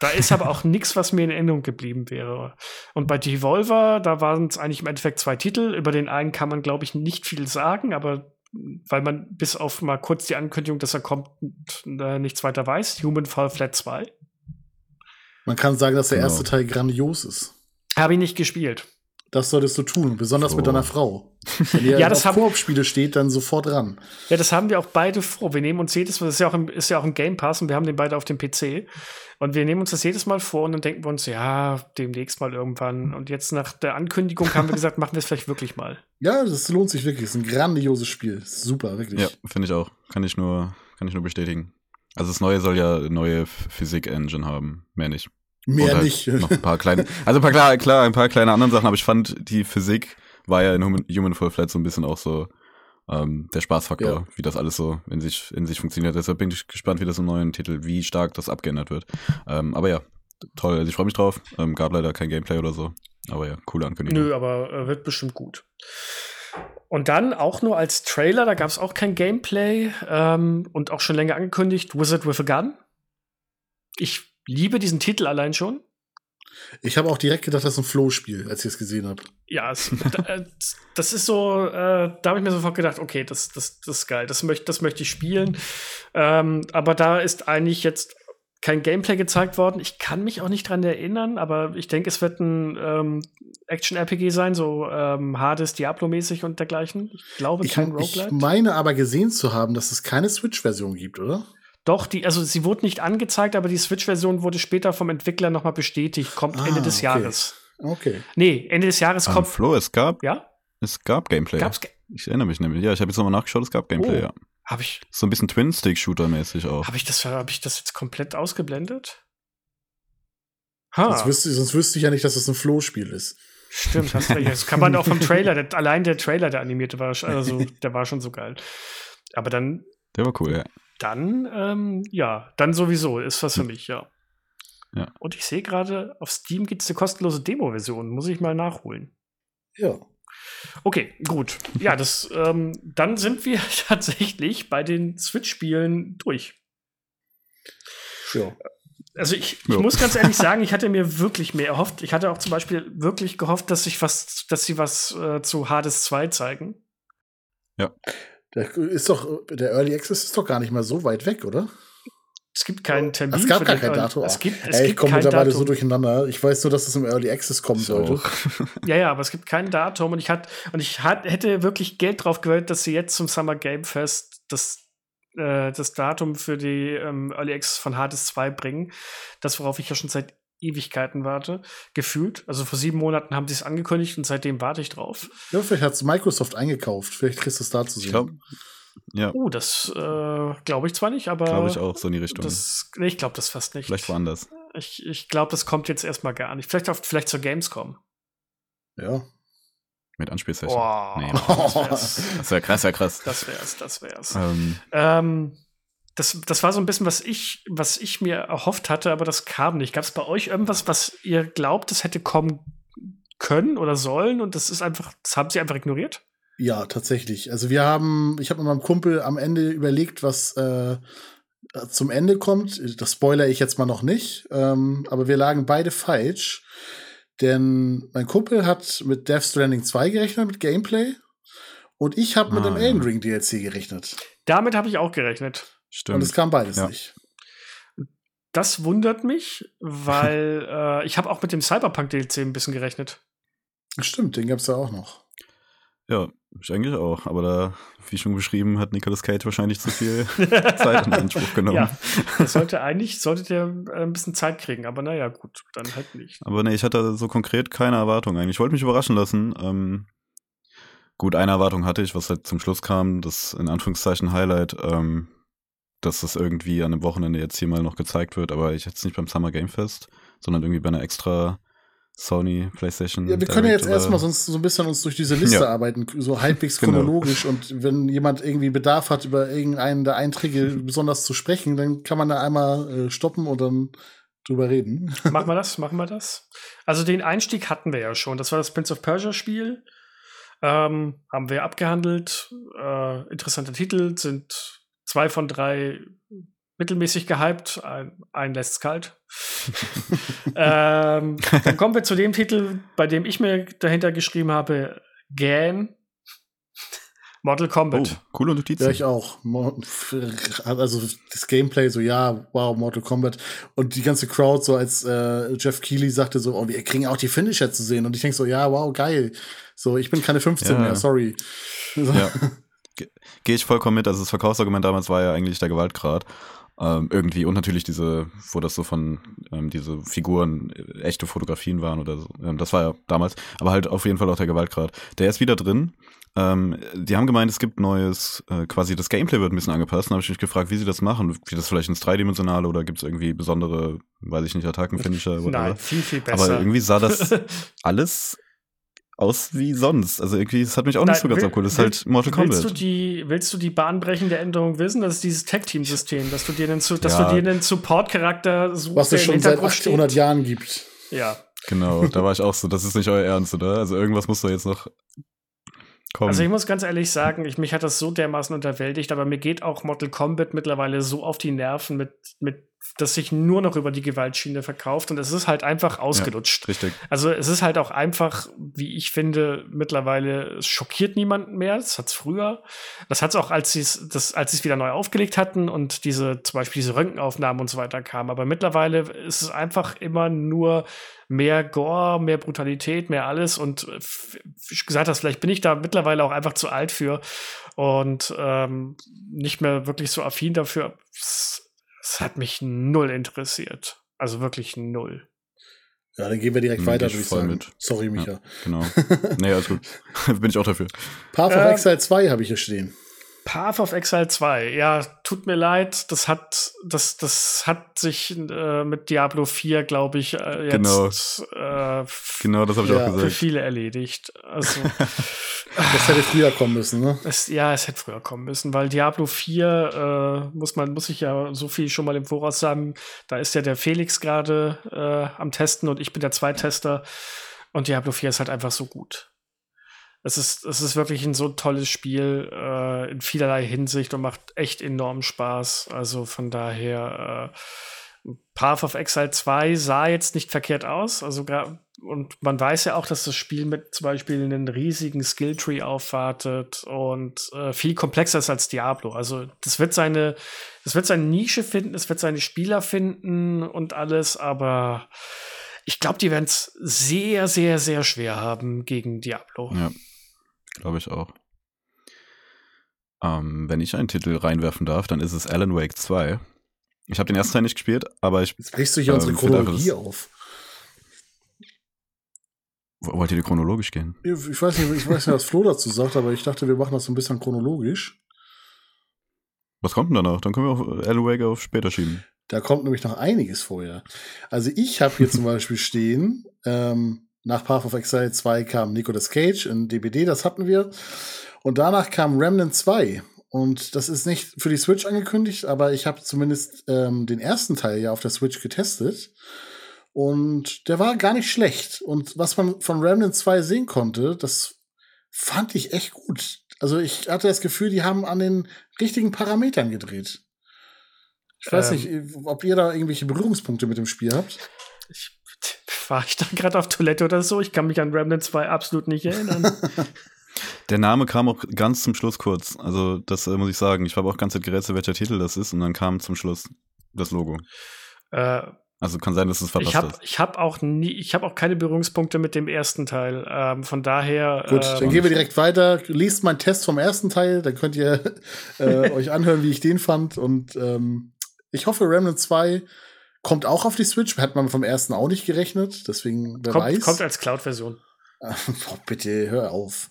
Da ist aber auch nichts, was mir in Erinnerung geblieben wäre. Und bei Devolver, da waren es eigentlich im Endeffekt 2 Titel. Über den einen kann man, glaube ich, nicht viel sagen, aber weil man bis auf mal kurz die Ankündigung, dass er kommt, nichts weiter weiß. Human Fall Flat 2. Man kann sagen, dass der erste Teil grandios ist. Habe ich nicht gespielt. Das solltest du tun, besonders mit deiner Frau. Wenn ihr auf Koop-Spiele steht, dann sofort ran. Ja, das haben wir auch beide vor. Wir nehmen uns jedes Mal, das ist ja auch im Game Pass und wir haben den beide auf dem PC. Und wir nehmen uns das jedes Mal vor und dann denken wir uns, ja, demnächst mal irgendwann. Und jetzt nach der Ankündigung haben wir gesagt, machen wir es vielleicht wirklich mal. Ja, das lohnt sich wirklich. Es ist ein grandioses Spiel. Super, wirklich. Ja, finde ich auch. Kann ich nur bestätigen. Also das Neue soll ja neue Physik-Engine haben. Mehr nicht. Mehr halt nicht. Noch ein paar kleine, also ein paar kleine anderen Sachen, aber ich fand, die Physik war ja in Human Fall Flat so ein bisschen auch so der Spaßfaktor, wie das alles so in sich funktioniert. Deshalb bin ich gespannt, wie das im neuen Titel, wie stark das abgeändert wird. Aber ja, toll, also ich freue mich drauf. Gab leider kein Gameplay oder so, aber ja, coole Ankündigung. Nö, aber wird bestimmt gut. Und dann auch nur als Trailer, da gab es auch kein Gameplay und auch schon länger angekündigt, Wizard with a Gun. Ich liebe diesen Titel allein schon. Ich habe auch direkt gedacht, das ist ein Flow-Spiel, als ich es gesehen habe. Ja, das ist so, da habe ich mir sofort gedacht, okay, das ist geil, das möchte ich spielen. Aber da ist eigentlich jetzt kein Gameplay gezeigt worden. Ich kann mich auch nicht dran erinnern, aber ich denke, es wird ein Action-RPG sein, so Hades, Diablo-mäßig und dergleichen. Ich glaube, kein Roguelite. Ich meine aber gesehen zu haben, dass es keine Switch-Version gibt, oder? Doch, sie wurde nicht angezeigt, aber die Switch-Version wurde später vom Entwickler nochmal bestätigt. Kommt Ende des Jahres. Okay. Nee, Ende des Jahres kommt. Flo, es gab Gameplay. Gab's ich erinnere mich nämlich. Ja, ich habe jetzt nochmal nachgeschaut, es gab Gameplay, ja. Hab ich. So ein bisschen Twin-Stick-Shooter-mäßig auch. Hab ich das jetzt komplett ausgeblendet? Sonst wüsste ich ja nicht, dass es ein Flow-Spiel ist. Stimmt, hast recht. Das kann man auch vom Trailer. Allein der Trailer, der animierte war, der war schon so geil. Aber dann. Der war cool, ja. Dann, dann sowieso ist was für mich, ja. Und ich sehe gerade, auf Steam gibt es eine kostenlose Demo-Version. Muss ich mal nachholen. Ja. Okay, gut. Ja, dann sind wir tatsächlich bei den Switch-Spielen durch. Ja. Also ich muss ganz ehrlich sagen, ich hatte mir wirklich mehr erhofft. Ich hatte auch zum Beispiel wirklich gehofft, dass sie was zu Hades 2 zeigen. Ja. Der Early Access ist doch gar nicht mal so weit weg, oder? Es gibt keinen Termin. Es gab gar kein Datum. Ich komme mittlerweile so durcheinander. Ich weiß nur, dass es im Early Access kommen sollte. Ja, aber es gibt kein Datum. Und ich hätte wirklich Geld drauf gewählt, dass sie jetzt zum Summer Game Fest das Datum für die Early Access von Hades 2 bringen. Das, worauf ich ja schon seit Ewigkeiten warte, gefühlt. Also vor 7 Monaten haben sie es angekündigt und seitdem warte ich drauf. Ja, vielleicht hat es Microsoft eingekauft. Vielleicht kriegst du es da zu sehen. Das glaube ich zwar nicht, aber glaube ich auch, so in die Richtung. Ich glaube das fast nicht. Vielleicht woanders. Ich glaube, das kommt jetzt erstmal gar nicht. Vielleicht zur Gamescom. Ja. Mit Anspielsession. Oh, nee, das wäre krass, Das wär's. Das war so ein bisschen, was ich mir erhofft hatte, aber das kam nicht. Gab es bei euch irgendwas, was ihr glaubt, es hätte kommen können oder sollen und das haben sie einfach ignoriert? Ja, tatsächlich. Also ich habe mit meinem Kumpel am Ende überlegt, was zum Ende kommt. Das spoilere ich jetzt mal noch nicht. Aber wir lagen beide falsch. Denn mein Kumpel hat mit Death Stranding 2 gerechnet, mit Gameplay. Und ich habe mit dem Elden Ring DLC gerechnet. Damit habe ich auch gerechnet. Stimmt. Und es kam beides nicht. Das wundert mich, weil ich habe auch mit dem Cyberpunk DLC ein bisschen gerechnet. Stimmt, den gab's ja auch noch. Ja, ich eigentlich auch. Aber da, wie schon beschrieben, hat Nicolas Cage wahrscheinlich zu viel Zeit in Anspruch genommen. Ja, das sollte der ein bisschen Zeit kriegen. Aber naja, gut, dann halt nicht. Aber nee, ich hatte so konkret keine Erwartung eigentlich. Ich wollte mich überraschen lassen. Gut, eine Erwartung hatte ich, was halt zum Schluss kam, das in Anführungszeichen Highlight, dass das irgendwie an einem Wochenende jetzt hier mal noch gezeigt wird, aber ich jetzt nicht beim Summer Game Fest, sondern irgendwie bei einer extra Sony PlayStation. Ja, wir können ja jetzt erstmal sonst so ein bisschen uns durch diese Liste arbeiten, so halbwegs chronologisch. Und wenn jemand irgendwie Bedarf hat, über irgendeinen der Einträge besonders zu sprechen, dann kann man da einmal stoppen und dann drüber reden. Machen wir das. Also den Einstieg hatten wir ja schon. Das war das Prince of Persia Spiel. Haben wir abgehandelt. Interessante Titel, sind 2 von 3 mittelmäßig gehypt. Einen lässt's kalt. Dann kommen wir zu dem Titel, bei dem ich mir dahinter geschrieben habe, GAN. Mortal Kombat. Oh, coole Notizen. Ja, ich auch. Also das Gameplay so, ja, wow, Mortal Kombat. Und die ganze Crowd so, als Jeff Keighley sagte so, oh, wir kriegen auch die Finisher zu sehen. Und ich denke so, ja, wow, geil. So, ich bin keine 15 mehr, sorry. So. Ja. Gehe ich vollkommen mit. Also das Verkaufsargument damals war ja eigentlich der Gewaltgrad. Irgendwie. Und natürlich wo das so von diese Figuren echte Fotografien waren oder so. Das war ja damals. Aber halt auf jeden Fall auch der Gewaltgrad. Der ist wieder drin. Die haben gemeint, es gibt neues, quasi das Gameplay wird ein bisschen angepasst. Dann habe ich mich gefragt, wie sie das machen. Wie das vielleicht ins Dreidimensionale oder gibt es irgendwie besondere, weiß ich nicht, Attacken-Finisher oder Nein, viel besser. Aber irgendwie sah das alles aus wie sonst. Also irgendwie, es hat mich auch nicht so ganz abgeholt. Das ist halt Mortal Kombat. Willst du die bahnbrechende Änderung wissen? Das ist dieses Tag-Team-System, dass du dir einen Support-Charakter suchst, was es schon seit 800 Jahren gibt. Ja. Genau, da war ich auch so. Das ist nicht euer Ernst, oder? Also irgendwas muss da jetzt noch kommen. Also ich muss ganz ehrlich sagen, mich hat das so dermaßen unterwältigt, aber mir geht auch Mortal Kombat mittlerweile so auf die Nerven, dass sich nur noch über die Gewaltschiene verkauft und es ist halt einfach ausgelutscht. Ja, richtig. Also es ist halt auch einfach, wie ich finde, mittlerweile, es schockiert niemanden mehr. Das hat's früher. Das hat's auch, als sie es wieder neu aufgelegt hatten und zum Beispiel diese Röntgenaufnahmen und so weiter kamen. Aber mittlerweile ist es einfach immer nur mehr Gore, mehr Brutalität, mehr alles. Und wie ich gesagt habe, vielleicht bin ich da mittlerweile auch einfach zu alt für und nicht mehr wirklich so affin dafür. Es hat mich null interessiert. Also wirklich null. Ja, dann gehen wir direkt weiter, würde ich sagen. Mit. Sorry, Micha. Ja, genau. Nee, alles gut. Bin ich auch dafür. Path of Exile 2 habe ich hier stehen. Path of Exile 2, ja, tut mir leid, das hat sich mit Diablo 4, glaube ich, jetzt genau, das habe ich auch gesagt. Für viele erledigt. Also das hätte früher kommen müssen, ne? Es hätte früher kommen müssen, weil Diablo 4 muss ich ja so viel schon mal im Voraus sagen, da ist ja der Felix gerade am Testen und ich bin der Zweitester und Diablo 4 ist halt einfach so gut. Es ist wirklich ein so tolles Spiel in vielerlei Hinsicht und macht echt enorm Spaß. Also von daher Path of Exile 2 sah jetzt nicht verkehrt aus. Also und man weiß ja auch, dass das Spiel mit zum Beispiel einen riesigen Skilltree aufwartet und viel komplexer ist als Diablo. Also das wird seine Nische finden, es wird seine Spieler finden und alles, aber ich glaube, die werden es sehr, sehr, sehr schwer haben gegen Diablo. Ja. Glaube ich auch. Wenn ich einen Titel reinwerfen darf, dann ist es Alan Wake 2. Ich habe den ersten Teil nicht gespielt, aber jetzt brichst du hier unsere Chronologie auf. Wollt ihr chronologisch gehen? Ich weiß nicht, was Flo dazu sagt, aber ich dachte, wir machen das so ein bisschen chronologisch. Was kommt denn danach? Dann können wir auch Alan Wake auf später schieben. Da kommt nämlich noch einiges vorher. Also ich habe hier zum Beispiel stehen, nach Path of Exile 2 kam Nicolas Cage in DBD, das hatten wir. Und danach kam Remnant 2. Und das ist nicht für die Switch angekündigt, aber ich habe zumindest den ersten Teil ja auf der Switch getestet. Und der war gar nicht schlecht. Und was man von Remnant 2 sehen konnte, das fand ich echt gut. Also ich hatte das Gefühl, die haben an den richtigen Parametern gedreht. Ich weiß nicht, ob ihr da irgendwelche Berührungspunkte mit dem Spiel habt. War ich da gerade auf Toilette oder so? Ich kann mich an Remnant 2 absolut nicht erinnern. Der Name kam auch ganz zum Schluss kurz. Also das muss ich sagen. Ich habe auch ganz gerätselt, welcher Titel das ist. Und dann kam zum Schluss das Logo. Also kann sein, dass es verpasst ist. Ich habe auch keine Berührungspunkte mit dem ersten Teil. Von daher. Gut, dann gehen wir direkt weiter. Liest meinen Test vom ersten Teil. Dann könnt ihr euch anhören, wie ich den fand. Und ich hoffe, Remnant 2 kommt auch auf die Switch. Hat man vom ersten auch nicht gerechnet. Deswegen, wer weiß. Kommt als Cloud-Version. Boah, bitte, hör auf.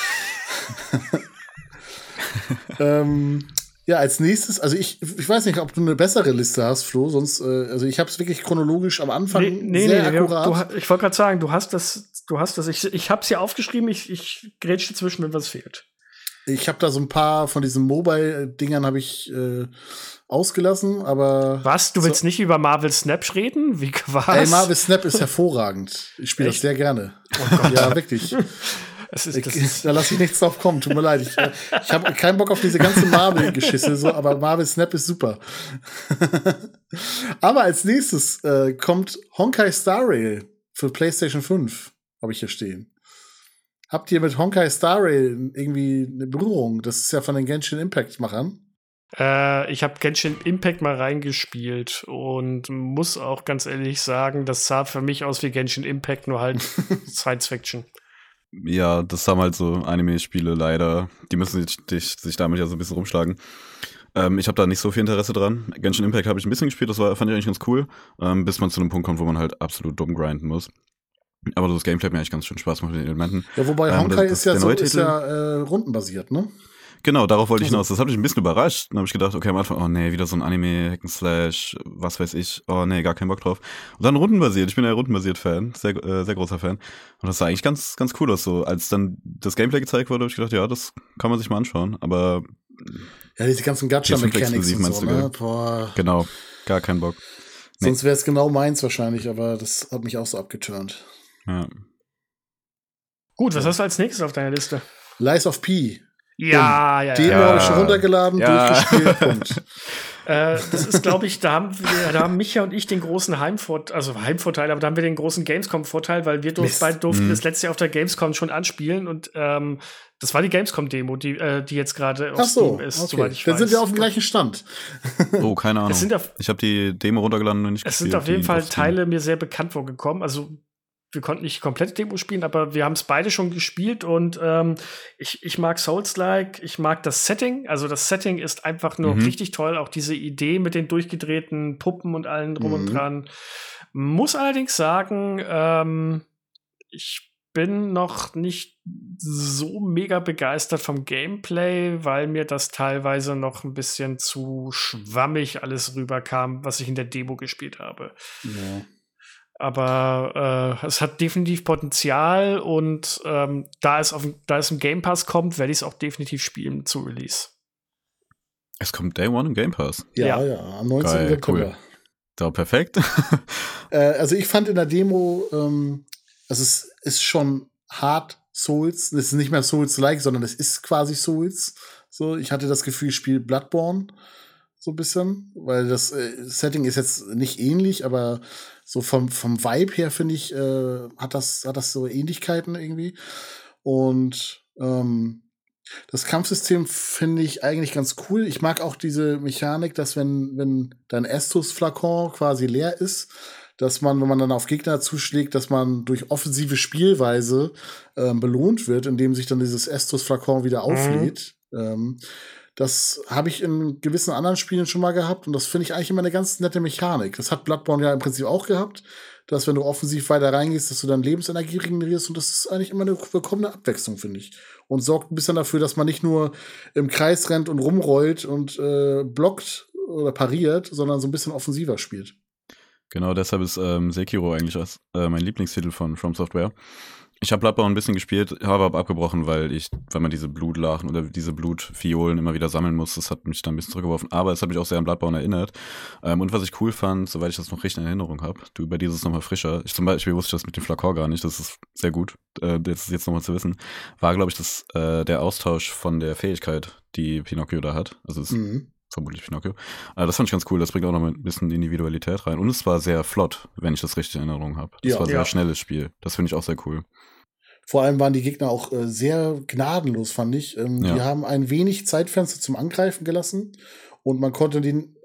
Ja, als nächstes, also ich weiß nicht, ob du eine bessere Liste hast, Flo, sonst, also ich habe es wirklich chronologisch am Anfang sehr akkurat. Ich wollte gerade sagen, du hast das, ich habe es hier aufgeschrieben, ich grätsche dazwischen, wenn was fehlt. Ich habe da so ein paar von diesen Mobile-Dingern habe ich ausgelassen, aber was? Du willst nicht über Marvel Snap reden? Wie was? Ey, Marvel Snap ist hervorragend. Ich spiele das sehr gerne. Oh Gott. Ja, wirklich. Da lasse ich nichts drauf kommen, tut mir leid. Ich habe keinen Bock auf diese ganze Marvel-Geschisse, so, aber Marvel Snap ist super. Aber als nächstes kommt Honkai Star Rail für PlayStation 5, habe ich hier stehen. Habt ihr mit Honkai Star Rail irgendwie eine Berührung? Das ist ja von den Genshin Impact-Machern. Ich habe Genshin Impact mal reingespielt und muss auch ganz ehrlich sagen, das sah für mich aus wie Genshin Impact, nur halt Science Fiction. Ja, das haben halt so Anime-Spiele leider. Die müssen sich damit ja so ein bisschen rumschlagen. Ich habe da nicht so viel Interesse dran. Genshin Impact habe ich ein bisschen gespielt, fand ich eigentlich ganz cool, bis man zu einem Punkt kommt, wo man halt absolut dumm grinden muss. Aber das Gameplay hat mir eigentlich ganz schön Spaß gemacht mit den Elementen. Ja, wobei Honkai ist ja rundenbasiert, ne? Genau, darauf wollte ich hinaus. Das hat mich ein bisschen überrascht. Dann habe ich gedacht, okay, am Anfang, oh nee, wieder so ein Anime, Hack'n'Slash, was weiß ich. Oh nee, gar keinen Bock drauf. Und dann rundenbasiert. Ich bin ja rundenbasiert Fan, sehr großer Fan. Und das sah eigentlich ganz, ganz cool aus. So, als dann das Gameplay gezeigt wurde, habe ich gedacht, ja, das kann man sich mal anschauen. Aber ja, diese ganzen Gacha-Mechanics und so, ne? Boah. Genau, gar keinen Bock. Nee. Sonst wäre es genau meins wahrscheinlich, aber das hat mich auch so abgeturnt. Ja. Gut, was hast du als nächstes auf deiner Liste? Lies of P. Ja. Den habe ich schon runtergeladen, durchgespielt. Punkt. Das ist, glaube ich, da haben Micha und ich den großen Heimvorteil, aber da haben wir den großen Gamescom-Vorteil, weil wir durften das letzte Jahr auf der Gamescom schon anspielen und das war die Gamescom-Demo, die jetzt gerade auf Steam ist, okay. Soweit ich Dann weiß. sind wir auf dem gleichen Stand. Oh, keine Ahnung. Ich habe die Demo runtergeladen und nicht gespielt. Es sind auf jeden Fall Teile mir sehr bekannt vorgekommen, also wir konnten nicht die komplette Demo spielen, aber wir haben es beide schon gespielt und ich mag Souls-like, ich mag das Setting. Also das Setting ist einfach nur richtig toll. Auch diese Idee mit den durchgedrehten Puppen und allen drum und dran. Muss allerdings sagen, ich bin noch nicht so mega begeistert vom Gameplay, weil mir das teilweise noch ein bisschen zu schwammig alles rüberkam, was ich in der Demo gespielt habe. Ja. Aber es hat definitiv Potenzial und da es im Game Pass kommt, werde ich es auch definitiv spielen zu Release. Es kommt Day One im Game Pass? Ja, am 19. September. Cool. Da, perfekt. Also ich fand in der Demo, also es ist schon hart Souls. Es ist nicht mehr Souls-like, sondern es ist quasi Souls. So, ich hatte das Gefühl, ich spiele Bloodborne so ein bisschen, weil das Setting ist jetzt nicht ähnlich, aber so vom Vibe her, finde ich, hat das so Ähnlichkeiten irgendwie. Und das Kampfsystem finde ich eigentlich ganz cool. Ich mag auch diese Mechanik, dass wenn dein Estus-Flakon quasi leer ist, dass man, wenn man dann auf Gegner zuschlägt, dass man durch offensive Spielweise belohnt wird, indem sich dann dieses Estus-Flakon wieder auflädt. Das habe ich in gewissen anderen Spielen schon mal gehabt und das finde ich eigentlich immer eine ganz nette Mechanik. Das hat Bloodborne ja im Prinzip auch gehabt, dass wenn du offensiv weiter reingehst, dass du dann Lebensenergie regenerierst und das ist eigentlich immer eine willkommene Abwechslung, finde ich. Und sorgt ein bisschen dafür, dass man nicht nur im Kreis rennt und rumrollt und blockt oder pariert, sondern so ein bisschen offensiver spielt. Genau, deshalb ist Sekiro eigentlich mein Lieblingstitel von From Software. Ich habe Bloodborne ein bisschen gespielt, habe aber abgebrochen, weil man diese Blutlachen oder diese Blutviolen immer wieder sammeln muss. Das hat mich dann ein bisschen zurückgeworfen. Aber es hat mich auch sehr an Bloodborne erinnert. Und was ich cool fand, soweit ich das noch richtig in Erinnerung habe, du bei dieses nochmal frischer. Ich zum Beispiel wusste das mit dem Flakon gar nicht. Das ist sehr gut, das jetzt nochmal zu wissen. War, glaube ich, der Austausch von der Fähigkeit, die Pinocchio da hat. Also es ist vermutlich Pinocchio. Das fand ich ganz cool. Das bringt auch noch ein bisschen Individualität rein. Und es war sehr flott, wenn ich das richtig in Erinnerung habe. Das war ein sehr schnelles Spiel. Das finde ich auch sehr cool. Vor allem waren die Gegner auch sehr gnadenlos, fand ich. Die haben ein wenig Zeitfenster zum Angreifen gelassen und man konnte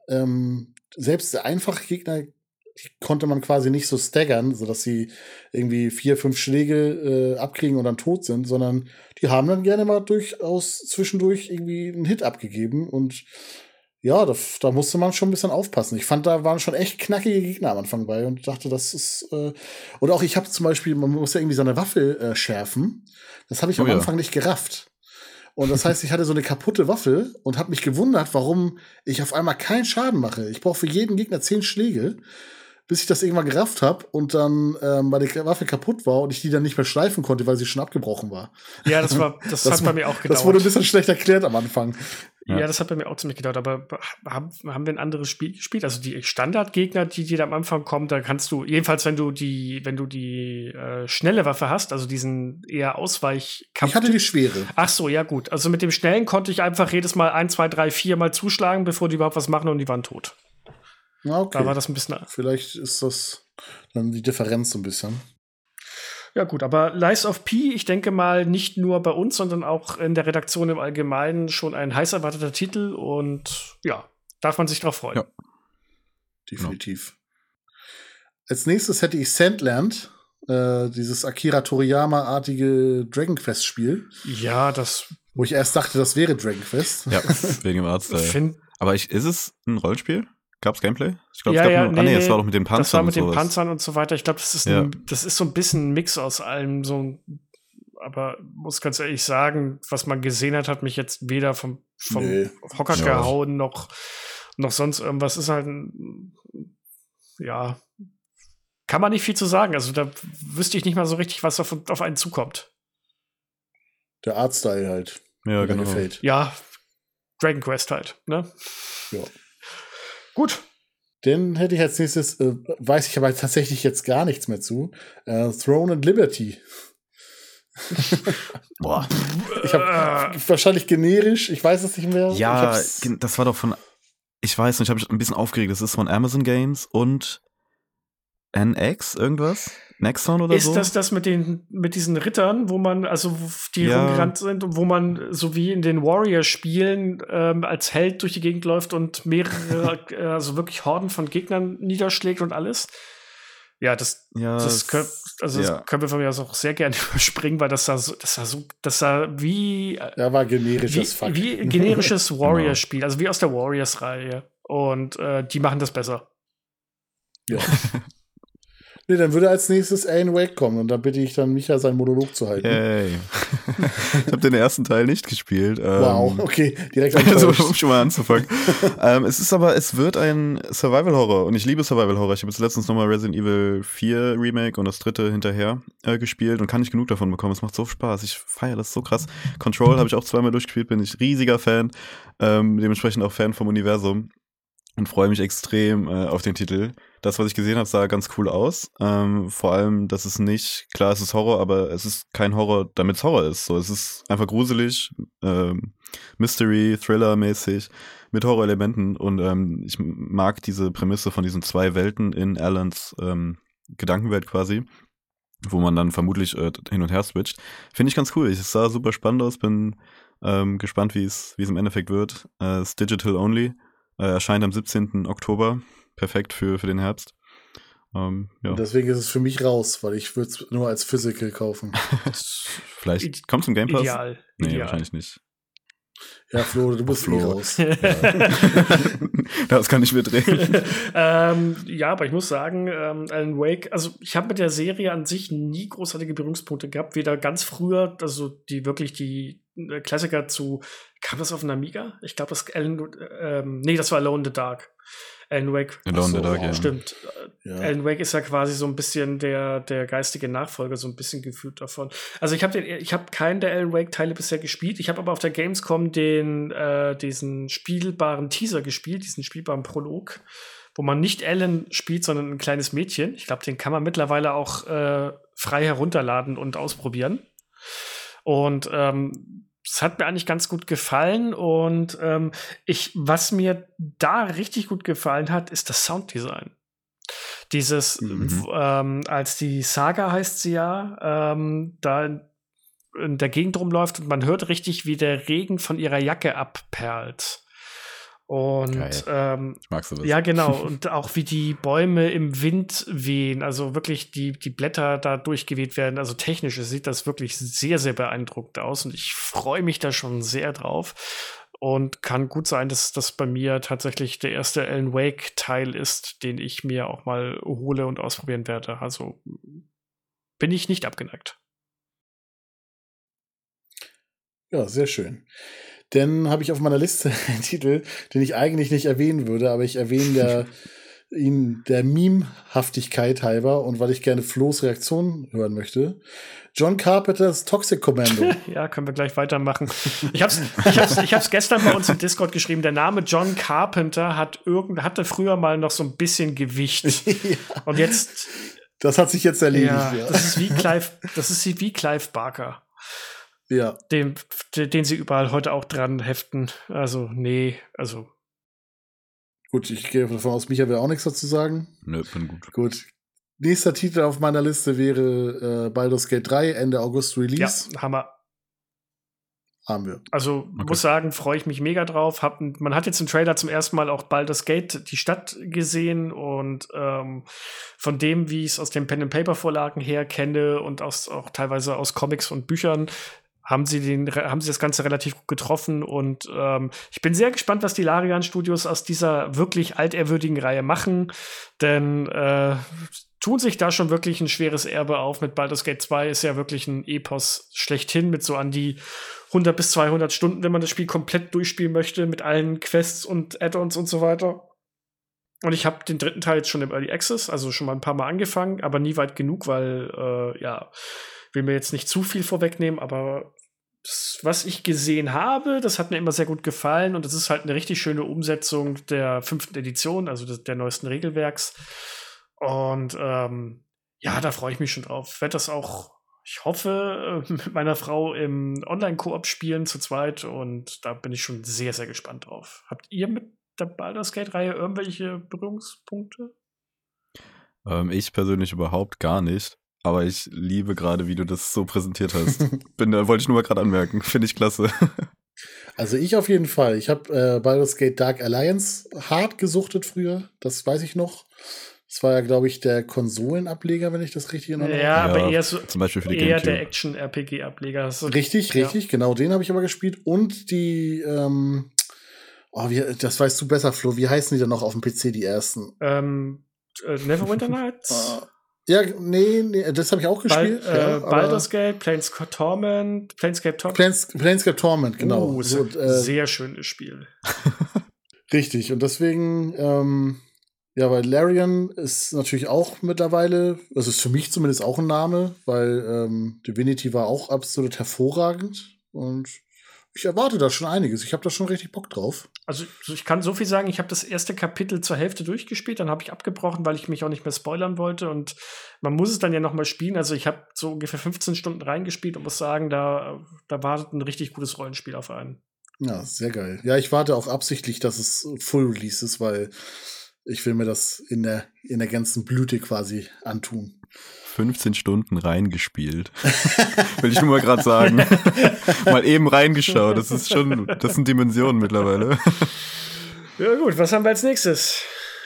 selbst der einfache Gegner, die konnte man quasi nicht so staggern, sodass sie irgendwie 4, 5 Schläge abkriegen und dann tot sind, sondern die haben dann gerne mal durchaus zwischendurch irgendwie einen Hit abgegeben und ja, da musste man schon ein bisschen aufpassen. Ich fand, da waren schon echt knackige Gegner am Anfang bei und dachte, das ist und auch ich habe zum Beispiel, man muss ja irgendwie so eine Waffe schärfen. Das habe ich am Anfang nicht gerafft. Und das heißt, ich hatte so eine kaputte Waffe und habe mich gewundert, warum ich auf einmal keinen Schaden mache. Ich brauche für jeden Gegner 10 Schläge, bis ich das irgendwann gerafft habe und dann meine Waffe kaputt war und ich die dann nicht mehr schleifen konnte, weil sie schon abgebrochen war. Ja, das hat bei mir auch gedauert. Das wurde ein bisschen schlecht erklärt am Anfang. Ja, das hat bei mir auch ziemlich gedauert, aber haben wir ein anderes Spiel gespielt? Also die Standardgegner, die da am Anfang kommen, da kannst du, jedenfalls wenn du die schnelle Waffe hast, also diesen eher Ausweichkampf. Ich hatte die schwere. Ach so, ja gut. Also mit dem Schnellen konnte ich einfach jedes Mal 1, 2, 3, 4 Mal zuschlagen, bevor die überhaupt was machen und die waren tot. Okay. Da war das ein bisschen. Vielleicht ist das dann die Differenz so ein bisschen. Ja gut, aber Lies of P, ich denke mal, nicht nur bei uns, sondern auch in der Redaktion im Allgemeinen schon ein heiß erwarteter Titel und ja, darf man sich drauf freuen. Ja. Definitiv. Als nächstes hätte ich Sandland, dieses Akira Toriyama-artige Dragon Quest-Spiel. Ja, wo ich erst dachte, das wäre Dragon Quest. Ja, wegen dem Arzt. Aber ist es ein Rollenspiel? Gab's Gameplay? Ich glaube, es war doch mit den Panzern. Das war mit den Panzern und so weiter. Ich glaube, das ist so ein bisschen ein Mix aus allem. Aber muss ganz ehrlich sagen, was man gesehen hat, hat mich jetzt weder vom Hocker gehauen noch sonst irgendwas. Ist halt kann man nicht viel zu sagen. Also da wüsste ich nicht mal so richtig, was auf einen zukommt. Der Artstyle halt. Ja, genau. Gefällt. Ja, Dragon Quest halt, ne? Ja. Gut. Dann hätte ich als nächstes, weiß ich aber tatsächlich jetzt gar nichts mehr zu, Throne and Liberty. Boah. Ich habe wahrscheinlich generisch, ich weiß es nicht mehr. Ja, das war doch ich weiß nicht, ich habe mich ein bisschen aufgeregt. Das ist von Amazon Games und NX irgendwas? Nexon oder so? Ist das mit diesen Rittern, wo man, also die rumgerannt sind und wo man, so wie in den Warrior-Spielen, als Held durch die Gegend läuft und mehrere, also wirklich Horden von Gegnern niederschlägt und alles? Ja, das können wir von mir aus auch sehr gerne überspringen, weil das sah wie war generisches Fuck. Wie generisches Warrior-Spiel, also wie aus der Warriors-Reihe. Und die machen das besser. Ja. Nee, dann würde als nächstes Alan Wake kommen und da bitte ich dann Micha, seinen Monolog zu halten. Yay. Ich habe den ersten Teil nicht gespielt. Wow, okay, direkt also, um schon mal anzufangen. Es wird ein Survival-Horror und ich liebe Survival-Horror. Ich habe jetzt letztens nochmal Resident Evil 4 Remake und das 3. hinterher gespielt und kann nicht genug davon bekommen. Es macht so Spaß. Ich feiere das so krass. Control habe ich auch 2-mal durchgespielt, bin ich riesiger Fan. Dementsprechend auch Fan vom Universum. Und freue mich extrem auf den Titel. Das, was ich gesehen habe, sah ganz cool aus. Vor allem, dass es nicht, klar, es ist Horror, aber es ist kein Horror, damit es Horror ist. So, es ist einfach gruselig, Mystery, Thriller-mäßig, mit Horrorelementen. Und ich mag diese Prämisse von diesen 2 Welten in Alans Gedankenwelt quasi, wo man dann vermutlich hin und her switcht. Finde ich ganz cool. Es sah super spannend aus. Bin gespannt, wie es im Endeffekt wird. Es ist digital only. Erscheint am 17. Oktober. Perfekt für den Herbst. Ja. Und deswegen ist es für mich raus, weil ich würde es nur als Physical kaufen. Vielleicht kommt es im Game Pass? Ideal. Nee, wahrscheinlich nicht. Ja, Flo, du bist raus. Das kann ich mir drehen. Aber ich muss sagen, Alan Wake, also ich habe mit der Serie an sich nie großartige Berührungspunkte gehabt. Weder ganz früher, also die Klassiker kam das auf den Amiga? Ich glaube, das war Alone in the Dark. Alan Wake. Alone in the Dark, ja. Stimmt. Ja. Alan Wake ist ja quasi so ein bisschen der geistige Nachfolger, so ein bisschen gefühlt davon. Also ich habe keinen der Alan Wake-Teile bisher gespielt. Ich habe aber auf der Gamescom diesen spielbaren Teaser gespielt, diesen spielbaren Prolog, wo man nicht Alan spielt, sondern ein kleines Mädchen. Ich glaube, den kann man mittlerweile auch frei herunterladen und ausprobieren. Und es hat mir eigentlich ganz gut gefallen und was mir da richtig gut gefallen hat, ist das Sounddesign. Dieses, als die Saga heißt sie ja, da in der Gegend rumläuft und man hört richtig, wie der Regen von ihrer Jacke abperlt. Und ich mag sowas. Ja, genau. Und auch wie die Bäume im Wind wehen, also wirklich die Blätter da durchgeweht werden. Also technisch sieht das wirklich sehr, sehr beeindruckend aus. Und ich freue mich da schon sehr drauf. Und kann gut sein, dass das bei mir tatsächlich der erste Alan Wake-Teil ist, den ich mir auch mal hole und ausprobieren werde. Also bin ich nicht abgeneigt. Ja, sehr schön. Dann habe ich auf meiner Liste einen Titel, den ich eigentlich nicht erwähnen würde, aber ich erwähne ihn der Meme-Haftigkeit halber und weil ich gerne Flo's Reaktion hören möchte. John Carpenters Toxic Commando. Ja, können wir gleich weitermachen. Ich hab's gestern bei uns im Discord geschrieben. Der Name John Carpenter hatte früher mal noch so ein bisschen Gewicht. Ja. Und jetzt. Das hat sich jetzt erledigt. Ja. Das ist wie Clive Barker. Ja. Den sie überall heute auch dran heften. Also, nee, also. Gut, ich gehe davon aus, Micha will auch nichts dazu sagen. Nö, bin gut. Gut. Nächster Titel auf meiner Liste wäre Baldur's Gate 3, Ende August Release. Ja, Hammer. Haben wir. Also, muss sagen, freue ich mich mega drauf. Man hat jetzt im Trailer zum ersten Mal auch Baldur's Gate, die Stadt, gesehen und von dem, wie ich es aus den Pen-and-Paper-Vorlagen her kenne und auch teilweise aus Comics und Büchern, haben sie das Ganze relativ gut getroffen und ich bin sehr gespannt, was die Larian Studios aus dieser wirklich altehrwürdigen Reihe machen, denn tun sich da schon wirklich ein schweres Erbe auf. Mit Baldur's Gate 2 ist ja wirklich ein Epos schlechthin mit so an die 100 bis 200 Stunden, wenn man das Spiel komplett durchspielen möchte, mit allen Quests und Add-ons und so weiter. Und ich habe den dritten Teil jetzt schon im Early Access, also schon mal ein paar Mal angefangen, aber nie weit genug, weil, will mir jetzt nicht zu viel vorwegnehmen, aber das, was ich gesehen habe, das hat mir immer sehr gut gefallen und das ist halt eine richtig schöne Umsetzung der 5. Edition, also der neuesten Regelwerks. Und da freue ich mich schon drauf. Werde das auch, ich hoffe, mit meiner Frau im Online-Koop spielen zu zweit und da bin ich schon sehr, sehr gespannt drauf. Habt ihr mit der Baldur's Gate-Reihe irgendwelche Berührungspunkte? Ich persönlich überhaupt gar nicht. Aber ich liebe gerade, wie du das so präsentiert hast. Wollte ich nur mal gerade anmerken. Finde ich klasse. Also ich auf jeden Fall. Ich habe Baldur's Gate Dark Alliance hart gesuchtet früher. Das weiß ich noch. Das war ja, glaube ich, der Konsolenableger, wenn ich das richtig erinnere. Ja, aber eher so zum Beispiel für die eher GameCube. der Action-RPG-Ableger. Richtig, genau, den habe ich aber gespielt. Und die, das weißt du besser, Flo. Wie heißen die denn noch auf dem PC, die ersten? Neverwinter Nights? Ja, nee, das habe ich auch gespielt. Baldur's Gate, Planescape Torment, Planescape Torment, genau. So, sehr schönes Spiel. Richtig, und deswegen, weil Larian ist natürlich auch mittlerweile, das ist für mich zumindest auch ein Name, weil Divinity war auch absolut hervorragend und ich erwarte da schon einiges. Ich habe da schon richtig Bock drauf. Also ich kann so viel sagen, ich habe das erste Kapitel zur Hälfte durchgespielt, dann habe ich abgebrochen, weil ich mich auch nicht mehr spoilern wollte und man muss es dann ja noch mal spielen. Also ich habe so ungefähr 15 Stunden reingespielt und muss sagen, da wartet ein richtig gutes Rollenspiel auf einen. Ja, sehr geil. Ja, ich warte auch absichtlich, dass es Full Release ist, weil ich will mir das in der ganzen Blüte quasi antun. 15 Stunden reingespielt. Will ich nur mal gerade sagen. Mal eben reingeschaut. Das sind Dimensionen mittlerweile. Ja gut, was haben wir als nächstes?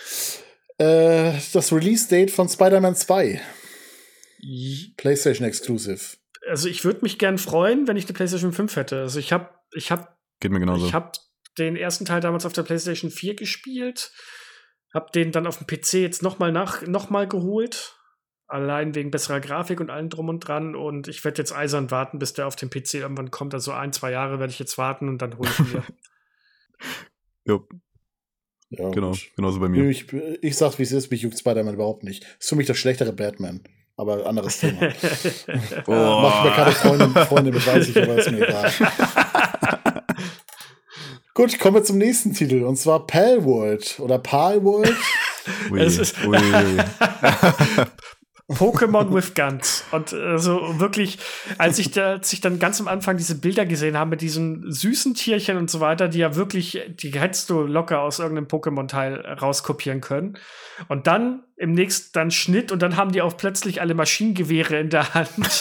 Das Release-Date von Spider-Man 2. PlayStation Exclusive. Also ich würde mich gern freuen, wenn ich eine PlayStation 5 hätte. Also ich habe Geht mir genauso. Ich habe den ersten Teil damals auf der PlayStation 4 gespielt. Hab den dann auf dem PC jetzt noch mal geholt. Allein wegen besserer Grafik und allem drum und dran. Und ich werde jetzt eisern warten, bis der auf dem PC irgendwann kommt. Also 1-2 Jahre werde ich jetzt warten und dann hole ich ihn mir. Jo. Ja, genauso bei mir. Ich sag's, wie es ist. Mich juckt Spider-Man überhaupt nicht. Ist für mich das schlechtere Batman. Aber anderes Thema. Macht mir keine Freunde mit, weiß ich, aber ist mir egal. Gut, kommen wir zum nächsten Titel. Und zwar Palworld oder Palworld. Es ist Pokémon with Guns. Und so wirklich, als ich dann ganz am Anfang diese Bilder gesehen habe mit diesen süßen Tierchen und so weiter, die ja wirklich, die hättest du locker aus irgendeinem Pokémon-Teil rauskopieren können. Und dann dann Schnitt und dann haben die auch plötzlich alle Maschinengewehre in der Hand.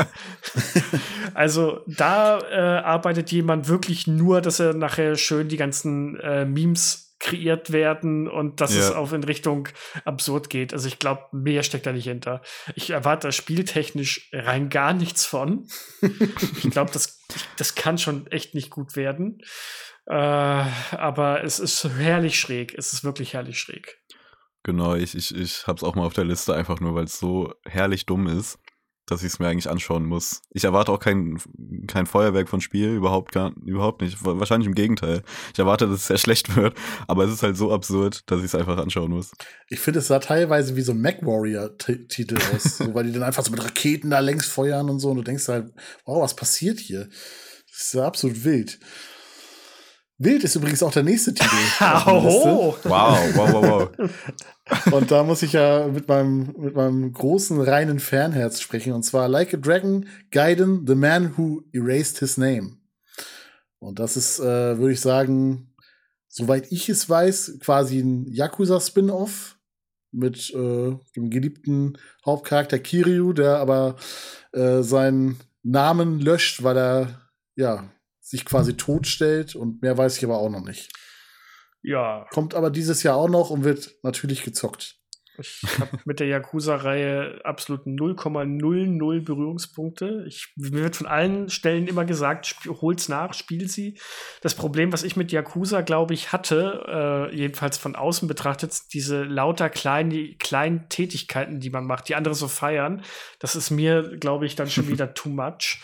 Also da arbeitet jemand wirklich nur, dass er nachher schön die ganzen Memes kreiert werden und dass es auch in Richtung absurd geht. Also ich glaube, mehr steckt da nicht hinter. Ich erwarte da spieltechnisch rein gar nichts von. Ich glaube, das kann schon echt nicht gut werden. Aber es ist herrlich schräg. Es ist wirklich herrlich schräg. Genau, ich hab's auch mal auf der Liste, einfach nur, weil es so herrlich dumm ist. dass ich es mir eigentlich anschauen muss. Ich erwarte auch kein Feuerwerk von Spiel, überhaupt nicht. Wahrscheinlich im Gegenteil. Ich erwarte, dass es sehr schlecht wird, aber es ist halt so absurd, dass ich es einfach anschauen muss. Ich finde, es sah teilweise wie so ein MacWarrior-Titel aus, so, weil die dann einfach so mit Raketen da längs feuern und so und du denkst halt, wow, was passiert hier? Das ist ja absolut wild. Wild ist übrigens auch der nächste Titel. Oh. Wow. Und da muss ich ja mit meinem großen, reinen Fanherz sprechen. Und zwar Like a Dragon, Gaiden, The Man Who Erased His Name. Und das ist, würde ich sagen, soweit ich es weiß, quasi ein Yakuza-Spin-Off mit dem geliebten Hauptcharakter Kiryu, der aber seinen Namen löscht, weil er sich quasi totstellt. Und mehr weiß ich aber auch noch nicht. Ja. Kommt aber dieses Jahr auch noch und wird natürlich gezockt. Ich habe mit der Yakuza-Reihe absolut 0,00 Berührungspunkte. Mir wird von allen Stellen immer gesagt, hol's nach, spiel sie. Das Problem, was ich mit Yakuza, glaube ich, hatte, jedenfalls von außen betrachtet, diese lauter kleinen Tätigkeiten, die man macht, die andere so feiern. Das ist mir, glaube ich, dann schon wieder too much.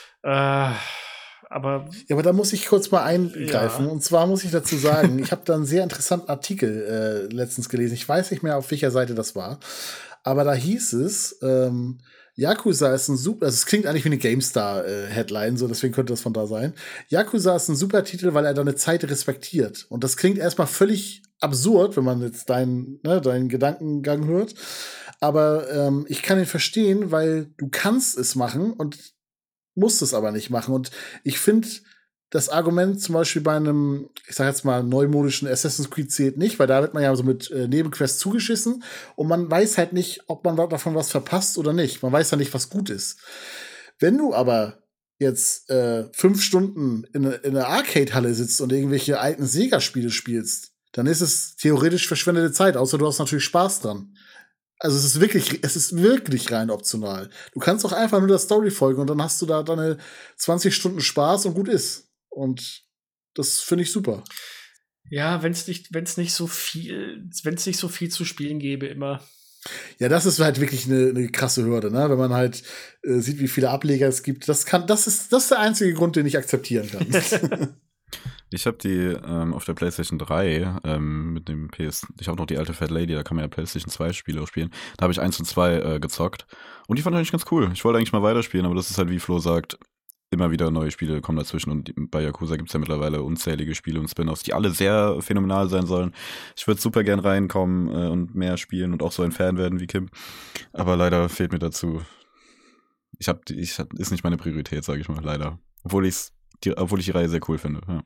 Aber da muss ich kurz mal eingreifen. Ja. Und zwar muss ich dazu sagen, ich habe da einen sehr interessanten Artikel letztens gelesen. Ich weiß nicht mehr, auf welcher Seite das war. Aber da hieß es, Yakuza ist ein super, also es klingt eigentlich wie eine GameStar-Headline, so deswegen könnte das von da sein. Yakuza ist ein super Titel, weil er deine Zeit respektiert. Und das klingt erstmal völlig absurd, wenn man jetzt deinen Gedankengang hört. Aber ich kann ihn verstehen, weil du kannst es machen und musst es aber nicht machen. Und ich finde, das Argument zum Beispiel bei einem, ich sag jetzt mal, neumodischen Assassin's Creed zählt nicht, weil da wird man ja so mit Nebenquests zugeschissen und man weiß halt nicht, ob man davon was verpasst oder nicht. Man weiß ja nicht, was gut ist. Wenn du aber jetzt 5 Stunden in einer Arcade-Halle sitzt und irgendwelche alten Sega-Spiele spielst, dann ist es theoretisch verschwendete Zeit, außer du hast natürlich Spaß dran. Also es ist wirklich rein optional. Du kannst auch einfach nur der Story folgen und dann hast du da deine 20 Stunden Spaß und gut ist. Und das finde ich super. Ja, wenn es nicht so viel zu spielen gäbe immer. Ja, das ist halt wirklich eine krasse Hürde, ne? Wenn man halt sieht, wie viele Ableger es gibt. Das ist der einzige Grund, den ich akzeptieren kann. Ich habe die auf der PlayStation 3 mit dem ich habe noch die alte Fat Lady, da kann man ja PlayStation 2 Spiele auch spielen. Da habe ich 1 und 2 gezockt und die fand ich eigentlich ganz cool. Ich wollte eigentlich mal weiterspielen, aber das ist halt, wie Flo sagt, immer wieder neue Spiele kommen dazwischen und bei Yakuza gibt es ja mittlerweile unzählige Spiele und Spin-offs, die alle sehr phänomenal sein sollen. Ich würde super gern reinkommen und mehr spielen und auch so ein Fan werden wie Kim, aber leider fehlt mir dazu. Ist nicht meine Priorität, sage ich mal, leider. Obwohl ich die Reihe sehr cool finde, ja.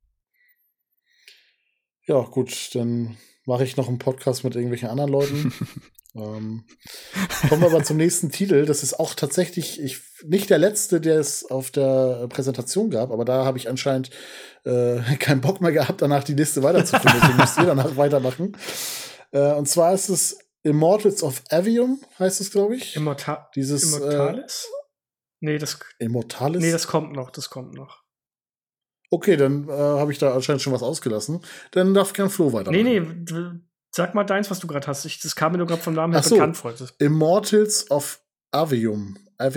Ja, gut, dann mache ich noch einen Podcast mit irgendwelchen anderen Leuten. Kommen wir aber zum nächsten Titel. Das ist auch tatsächlich nicht der letzte, der es auf der Präsentation gab, aber da habe ich anscheinend keinen Bock mehr gehabt, danach die Liste weiterzuführen. Deswegen müsst ihr danach weitermachen. Und zwar ist es Immortals of Avium, heißt es, glaube ich. Immortalis? Immortalis? Nee, das kommt noch. Okay, dann habe ich da anscheinend schon was ausgelassen. Dann darf gern Flo weitermachen. Nee, sag mal deins, was du gerade hast. Das kam mir nur gerade vom Namen her bekannt vor. Immortals of Avium.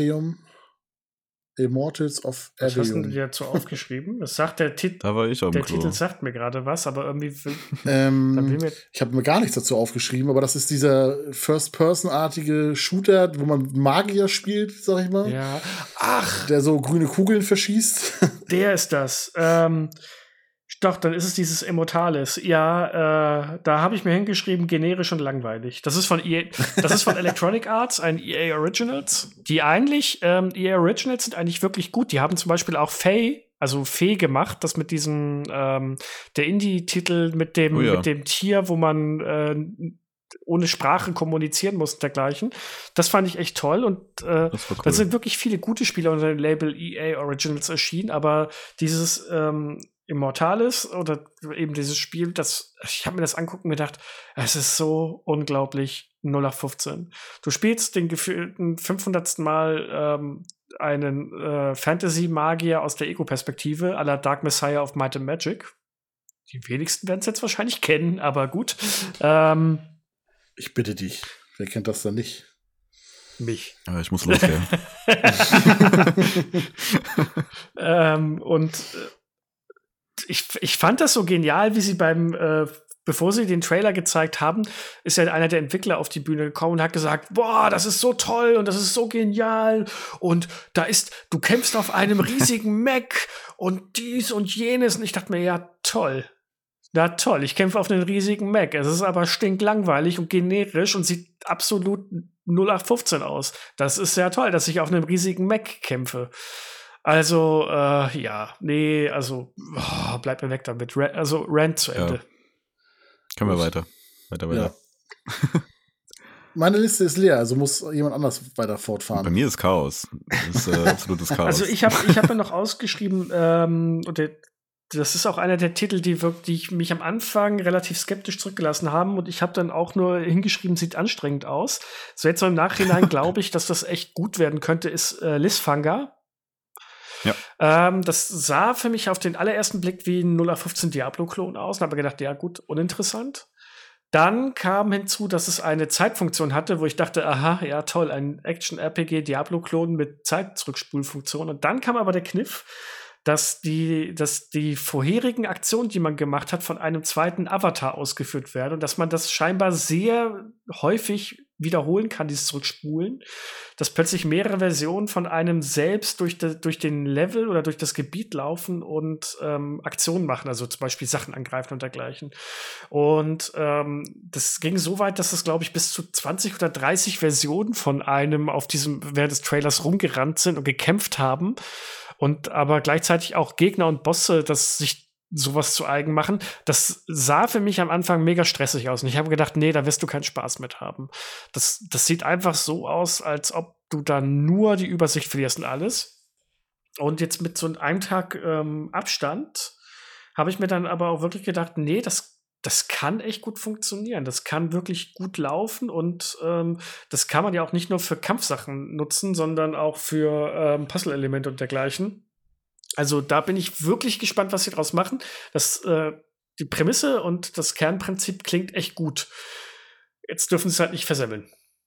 Immortals of Avium. Was hast du dir dazu aufgeschrieben? Das sagt der Titel. Da war ich am Der Klo. Titel sagt mir gerade was, aber irgendwie. Ich habe mir gar nichts dazu aufgeschrieben, aber das ist dieser First-Person-artige Shooter, wo man Magier spielt, sag ich mal. Ja. Ach! Der so grüne Kugeln verschießt. Der ist das. Doch, dann ist es dieses Immortalis. Ja, da habe ich mir hingeschrieben, generisch und langweilig. Das ist von EA, das ist von Electronic Arts, ein EA Originals. Die eigentlich, EA Originals sind eigentlich wirklich gut. Die haben zum Beispiel auch Fey gemacht, das mit diesem, der Indie-Titel mit dem Tier, wo man ohne Sprache kommunizieren muss und dergleichen. Das fand ich echt toll und da sind wirklich viele gute Spiele unter dem Label EA Originals erschienen, aber dieses Immortalis oder eben dieses Spiel, ich habe mir das angucken und gedacht, es ist so unglaublich 0815. Du spielst den gefühlten 500. Mal einen Fantasy-Magier aus der Ego-Perspektive à la Dark Messiah of Might and Magic. Die wenigsten werden es jetzt wahrscheinlich kennen, aber gut. Ich bitte dich. Wer kennt das denn nicht? Mich. Aber ich muss los, ja. Ich fand das so genial, wie sie bevor sie den Trailer gezeigt haben, ist ja einer der Entwickler auf die Bühne gekommen und hat gesagt, boah, das ist so toll und das ist so genial und du kämpfst auf einem riesigen Mech und dies und jenes und ich dachte mir, ja, toll. Na toll, ich kämpfe auf einen riesigen Mech. Es ist aber stinklangweilig und generisch und sieht absolut 0815 aus. Das ist ja toll, dass ich auf einem riesigen Mech kämpfe. Also, bleib mir weg damit. Rant zu Ende. Ja. Können wir weiter. Ja. Meine Liste ist leer, also muss jemand anders weiter fortfahren. Bei mir ist Chaos. Das ist absolutes Chaos. Also ich hab mir noch ausgeschrieben, das ist auch einer der Titel, die mich am Anfang relativ skeptisch zurückgelassen haben. Und ich habe dann auch nur hingeschrieben, sieht anstrengend aus. So jetzt so im Nachhinein glaube ich, dass das echt gut werden könnte, ist Lysfanga. Ja. Das sah für mich auf den allerersten Blick wie ein 0815 Diablo-Klon aus. Und habe gedacht, ja gut, uninteressant. Dann kam hinzu, dass es eine Zeitfunktion hatte, wo ich dachte, aha, ja toll, ein Action-RPG-Diablo-Klon mit Zeitzurückspulfunktion. Und dann kam aber der Kniff, dass die vorherigen Aktionen, die man gemacht hat, von einem zweiten Avatar ausgeführt werden und dass man das scheinbar sehr häufig wiederholen kann, dieses Zurückspulen, dass plötzlich mehrere Versionen von einem selbst durch den Level oder durch das Gebiet laufen und Aktionen machen, also zum Beispiel Sachen angreifen und dergleichen. Und das ging so weit, dass es, glaube ich, bis zu 20 oder 30 Versionen von einem während des Trailers rumgerannt sind und gekämpft haben. Und aber gleichzeitig auch Gegner und Bosse, dass sich sowas zu eigen machen. Das sah für mich am Anfang mega stressig aus. Und ich habe gedacht, nee, da wirst du keinen Spaß mit haben. Das sieht einfach so aus, als ob du da nur die Übersicht verlierst und alles. Und jetzt mit so einem Tag Abstand habe ich mir dann aber auch wirklich gedacht, nee, das kann echt gut funktionieren. Das kann wirklich gut laufen und das kann man ja auch nicht nur für Kampfsachen nutzen, sondern auch für Puzzle-Elemente und dergleichen. Also da bin ich wirklich gespannt, was sie draus machen. Die Prämisse und das Kernprinzip klingt echt gut. Jetzt dürfen sie es halt nicht versemmeln.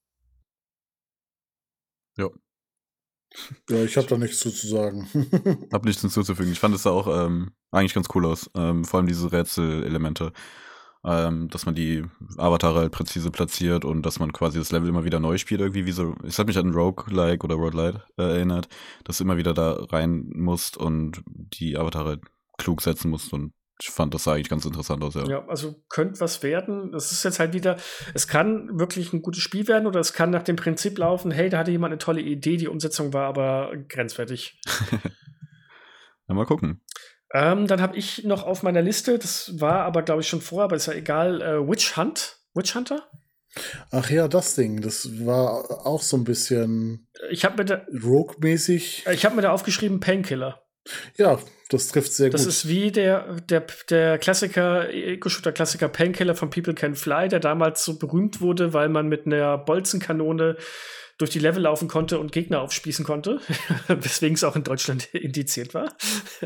Ja. Ja, ich habe da nichts zu sagen. Hab nichts hinzuzufügen. Ich fand es da auch eigentlich ganz cool aus. Vor allem diese Rätselelemente. Dass man die Avatare halt präzise platziert und dass man quasi das Level immer wieder neu spielt irgendwie, wie so, es hat mich an Roguelike oder Roguelite erinnert, dass du immer wieder da rein musst und die Avatare halt klug setzen musst und ich fand das sah eigentlich ganz interessant aus, ja. Ja, also könnte was werden. Das ist jetzt halt wieder, es kann wirklich ein gutes Spiel werden oder es kann nach dem Prinzip laufen, hey, da hatte jemand eine tolle Idee, die Umsetzung war aber grenzwertig. Ja, mal gucken. Dann habe ich noch auf meiner Liste, das war aber, glaube ich, schon vorher, aber ist ja egal, Witch Hunter? Ach ja, das Ding, das war auch so ein bisschen Rogue-mäßig. Ich habe mir da aufgeschrieben Painkiller. Ja, das trifft sehr gut. Das ist wie der Klassiker, Ego-Shooter-Klassiker Painkiller von People Can Fly, der damals so berühmt wurde, weil man mit einer Bolzenkanone durch die Level laufen konnte und Gegner aufspießen konnte, weswegen es auch in Deutschland indiziert war.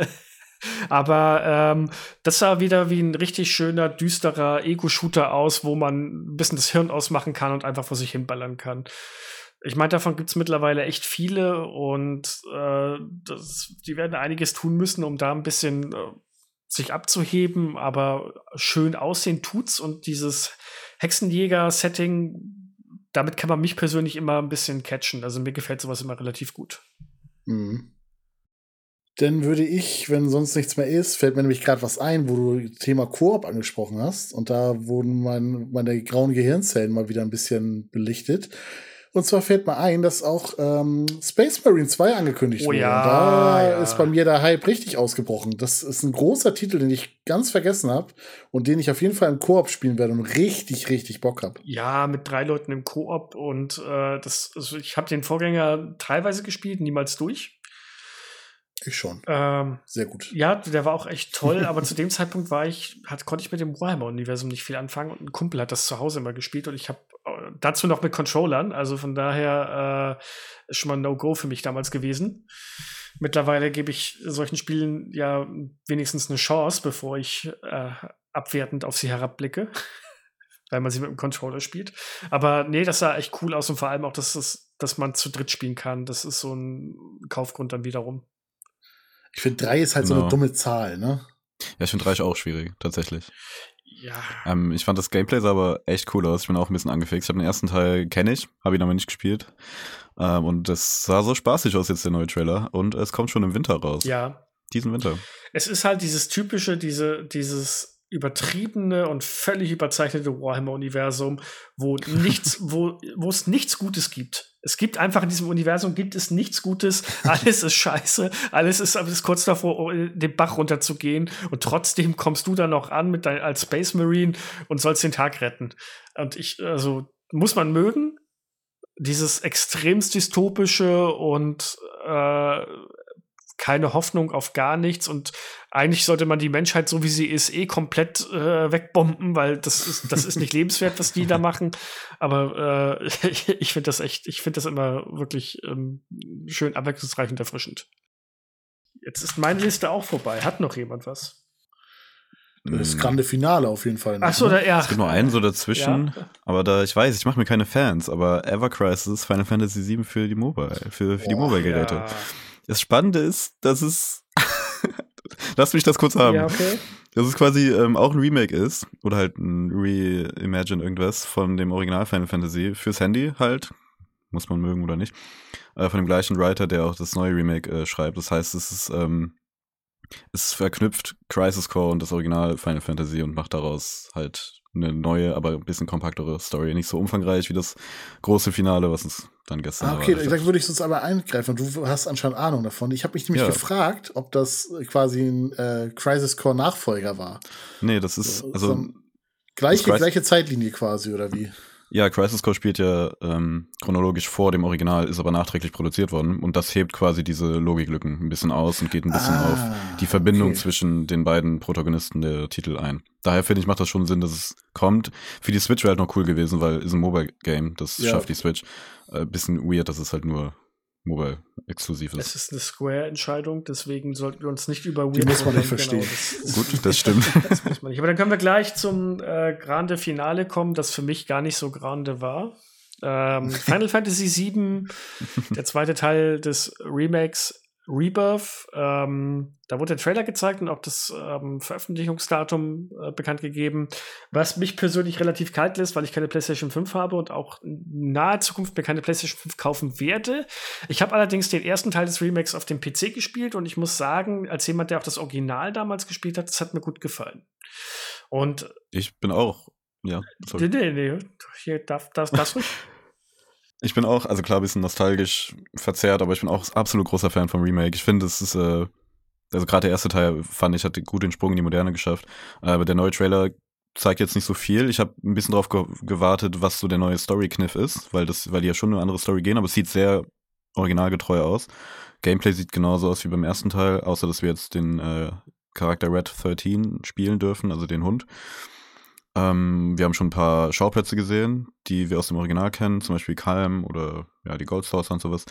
Aber das sah wieder wie ein richtig schöner, düsterer Ego-Shooter aus, wo man ein bisschen das Hirn ausmachen kann und einfach vor sich hinballern kann. Ich meine, davon gibt es mittlerweile echt viele und die werden einiges tun müssen, um da ein bisschen sich abzuheben, aber schön aussehen tut's und dieses Hexenjäger-Setting, damit kann man mich persönlich immer ein bisschen catchen. Also mir gefällt sowas immer relativ gut. Mhm. Dann würde ich, wenn sonst nichts mehr ist, fällt mir nämlich gerade was ein, wo du Thema Koop angesprochen hast. Und da wurden meine grauen Gehirnzellen mal wieder ein bisschen belichtet. Und zwar fällt mir ein, dass auch Space Marine 2 angekündigt wurde. Ja, da ist bei mir der Hype richtig ausgebrochen. Das ist ein großer Titel, den ich ganz vergessen habe und den ich auf jeden Fall im Koop spielen werde und richtig, richtig Bock habe. Ja, mit 3 Leuten im Koop und ich habe den Vorgänger teilweise gespielt, niemals durch. Ich schon. Sehr gut. Ja, der war auch echt toll, aber zu dem Zeitpunkt konnte ich mit dem Warhammer-Universum nicht viel anfangen und ein Kumpel hat das zu Hause immer gespielt und ich habe dazu noch mit Controllern, also von daher ist schon mal ein No-Go für mich damals gewesen. Mittlerweile gebe ich solchen Spielen ja wenigstens eine Chance, bevor ich abwertend auf sie herabblicke, weil man sie mit dem Controller spielt. Aber nee, das sah echt cool aus und vor allem auch, dass das dass man zu dritt spielen kann. Das ist so ein Kaufgrund dann wiederum. Ich finde 3 ist halt so eine dumme Zahl, ne? Ja, ich finde 3 auch schwierig, tatsächlich. Ja. Ich fand das Gameplay sah aber echt cool aus. Ich bin auch ein bisschen angefixt. Ich habe den ersten Teil, kenne ich, habe ihn aber nicht gespielt. Und das sah so spaßig aus jetzt, der neue Trailer. Und es kommt schon im Winter raus. Ja. Diesen Winter. Es ist halt dieses typische, dieses übertriebene und völlig überzeichnete Warhammer-Universum, wo es nichts Gutes gibt. Es gibt einfach in diesem Universum gibt es nichts Gutes. Alles ist scheiße. Alles ist kurz davor, den Bach runterzugehen. Und trotzdem kommst du dann noch an als Space Marine und sollst den Tag retten. Und muss man mögen. Dieses extremst dystopische und keine Hoffnung auf gar nichts, und eigentlich sollte man die Menschheit, so wie sie ist, komplett wegbomben, weil das ist nicht lebenswert, was die da machen. Aber ich finde das immer wirklich schön abwechslungsreich und erfrischend. Jetzt ist meine Liste auch vorbei. Hat noch jemand was? Das grande Finale auf jeden Fall. Ach so, ja. Es gibt nur einen so dazwischen, ja. Aber ich mache mir keine Fans, aber Ever Crisis, Final Fantasy VII für die die Mobile-Geräte. Ja. Das Spannende ist, dass es lass mich das kurz haben. Ja, okay. Dass es quasi auch ein Remake ist oder halt ein Reimagine irgendwas von dem Original Final Fantasy fürs Handy halt, muss man mögen oder nicht, von dem gleichen Writer, der auch das neue Remake schreibt. Das heißt, es verknüpft Crisis Core und das Original Final Fantasy und macht daraus halt eine neue, aber ein bisschen kompaktere Story. Nicht so umfangreich wie das große Finale, was uns dann gestern okay, da würde ich sonst aber eingreifen. Du hast anscheinend Ahnung davon. Ich habe mich nämlich gefragt, ob das quasi ein Crisis Core Nachfolger war. Nee, das ist gleiche Zeitlinie quasi, oder wie? Ja, Crisis Core spielt ja chronologisch vor dem Original, ist aber nachträglich produziert worden. Und das hebt quasi diese Logiklücken ein bisschen aus und geht ein bisschen auf die Verbindung zwischen den beiden Protagonisten der Titel ein. Daher finde ich, macht das schon Sinn, dass es kommt. Für die Switch wäre halt noch cool gewesen, weil ist ein Mobile-Game, das schafft die Switch. Bisschen weird, dass es halt nur Mobile-exklusiv ist. Es ist eine Square-Entscheidung, deswegen sollten wir uns nicht über weird. Die muss man nicht verstehen. Gut, das stimmt. Das muss man nicht. Aber dann können wir gleich zum Grande Finale kommen, das für mich gar nicht so grande war. Final Fantasy VII, der zweite Teil des Remakes Rebirth. Da wurde der Trailer gezeigt und auch das Veröffentlichungsdatum bekannt gegeben, was mich persönlich relativ kalt lässt, weil ich keine PlayStation 5 habe und auch in naher Zukunft mir keine PlayStation 5 kaufen werde. Ich habe allerdings den ersten Teil des Remakes auf dem PC gespielt und ich muss sagen, als jemand, der auch das Original damals gespielt hat, das hat mir gut gefallen. Und ich bin auch, ja. Sorry. Nee, hier das ruhig. Ich bin auch, also klar, ein bisschen nostalgisch verzerrt, aber ich bin auch absolut großer Fan vom Remake. Ich finde, es ist, also gerade der erste Teil, fand ich, hat gut den Sprung in die Moderne geschafft. Aber der neue Trailer zeigt jetzt nicht so viel. Ich habe ein bisschen drauf gewartet, was so der neue Story-Kniff ist, weil die ja schon eine andere Story gehen, aber es sieht sehr originalgetreu aus. Gameplay sieht genauso aus wie beim ersten Teil, außer dass wir jetzt den Charakter Red 13 spielen dürfen, also den Hund. Wir haben schon ein paar Schauplätze gesehen, die wir aus dem Original kennen, zum Beispiel Kalm oder die Gold Saucer und sowas.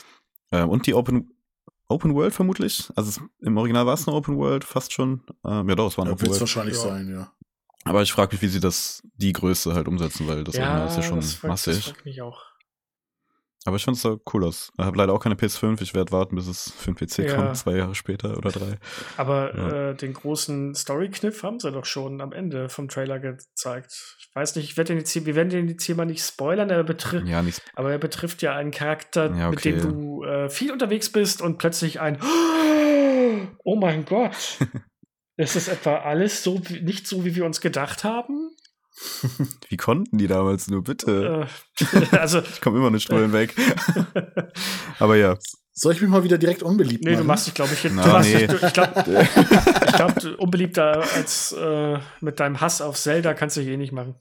Und die Open World vermutlich. Also im Original war es eine Open World, fast schon. Ja doch, es war eine Open World. Wird es wahrscheinlich sein, ja. Aber ich frage mich, wie sie die Größe halt umsetzen, weil das Original ist ja schon massig. Das fragt mich auch. Aber ich finde es da cool aus. Ich habe leider auch keine PS5. Ich werde warten, bis es für den PC kommt, 2 Jahre später oder 3. Aber den großen Story-Kniff haben sie doch schon am Ende vom Trailer gezeigt. Ich weiß nicht, wir werden den jetzt hier mal nicht spoilern, aber er betrifft ja einen Charakter, mit dem du viel unterwegs bist und plötzlich oh mein Gott. Ist das etwa alles nicht so, wie wir uns gedacht haben? Wie konnten die damals nur, bitte? Also, ich komme immer nicht drüber hinweg. Aber ja. Soll ich mich mal wieder direkt unbeliebt machen? Nee, du machst dich, glaube ich, jetzt. Ich glaube, unbeliebter als mit deinem Hass auf Zelda kannst du dich nicht machen.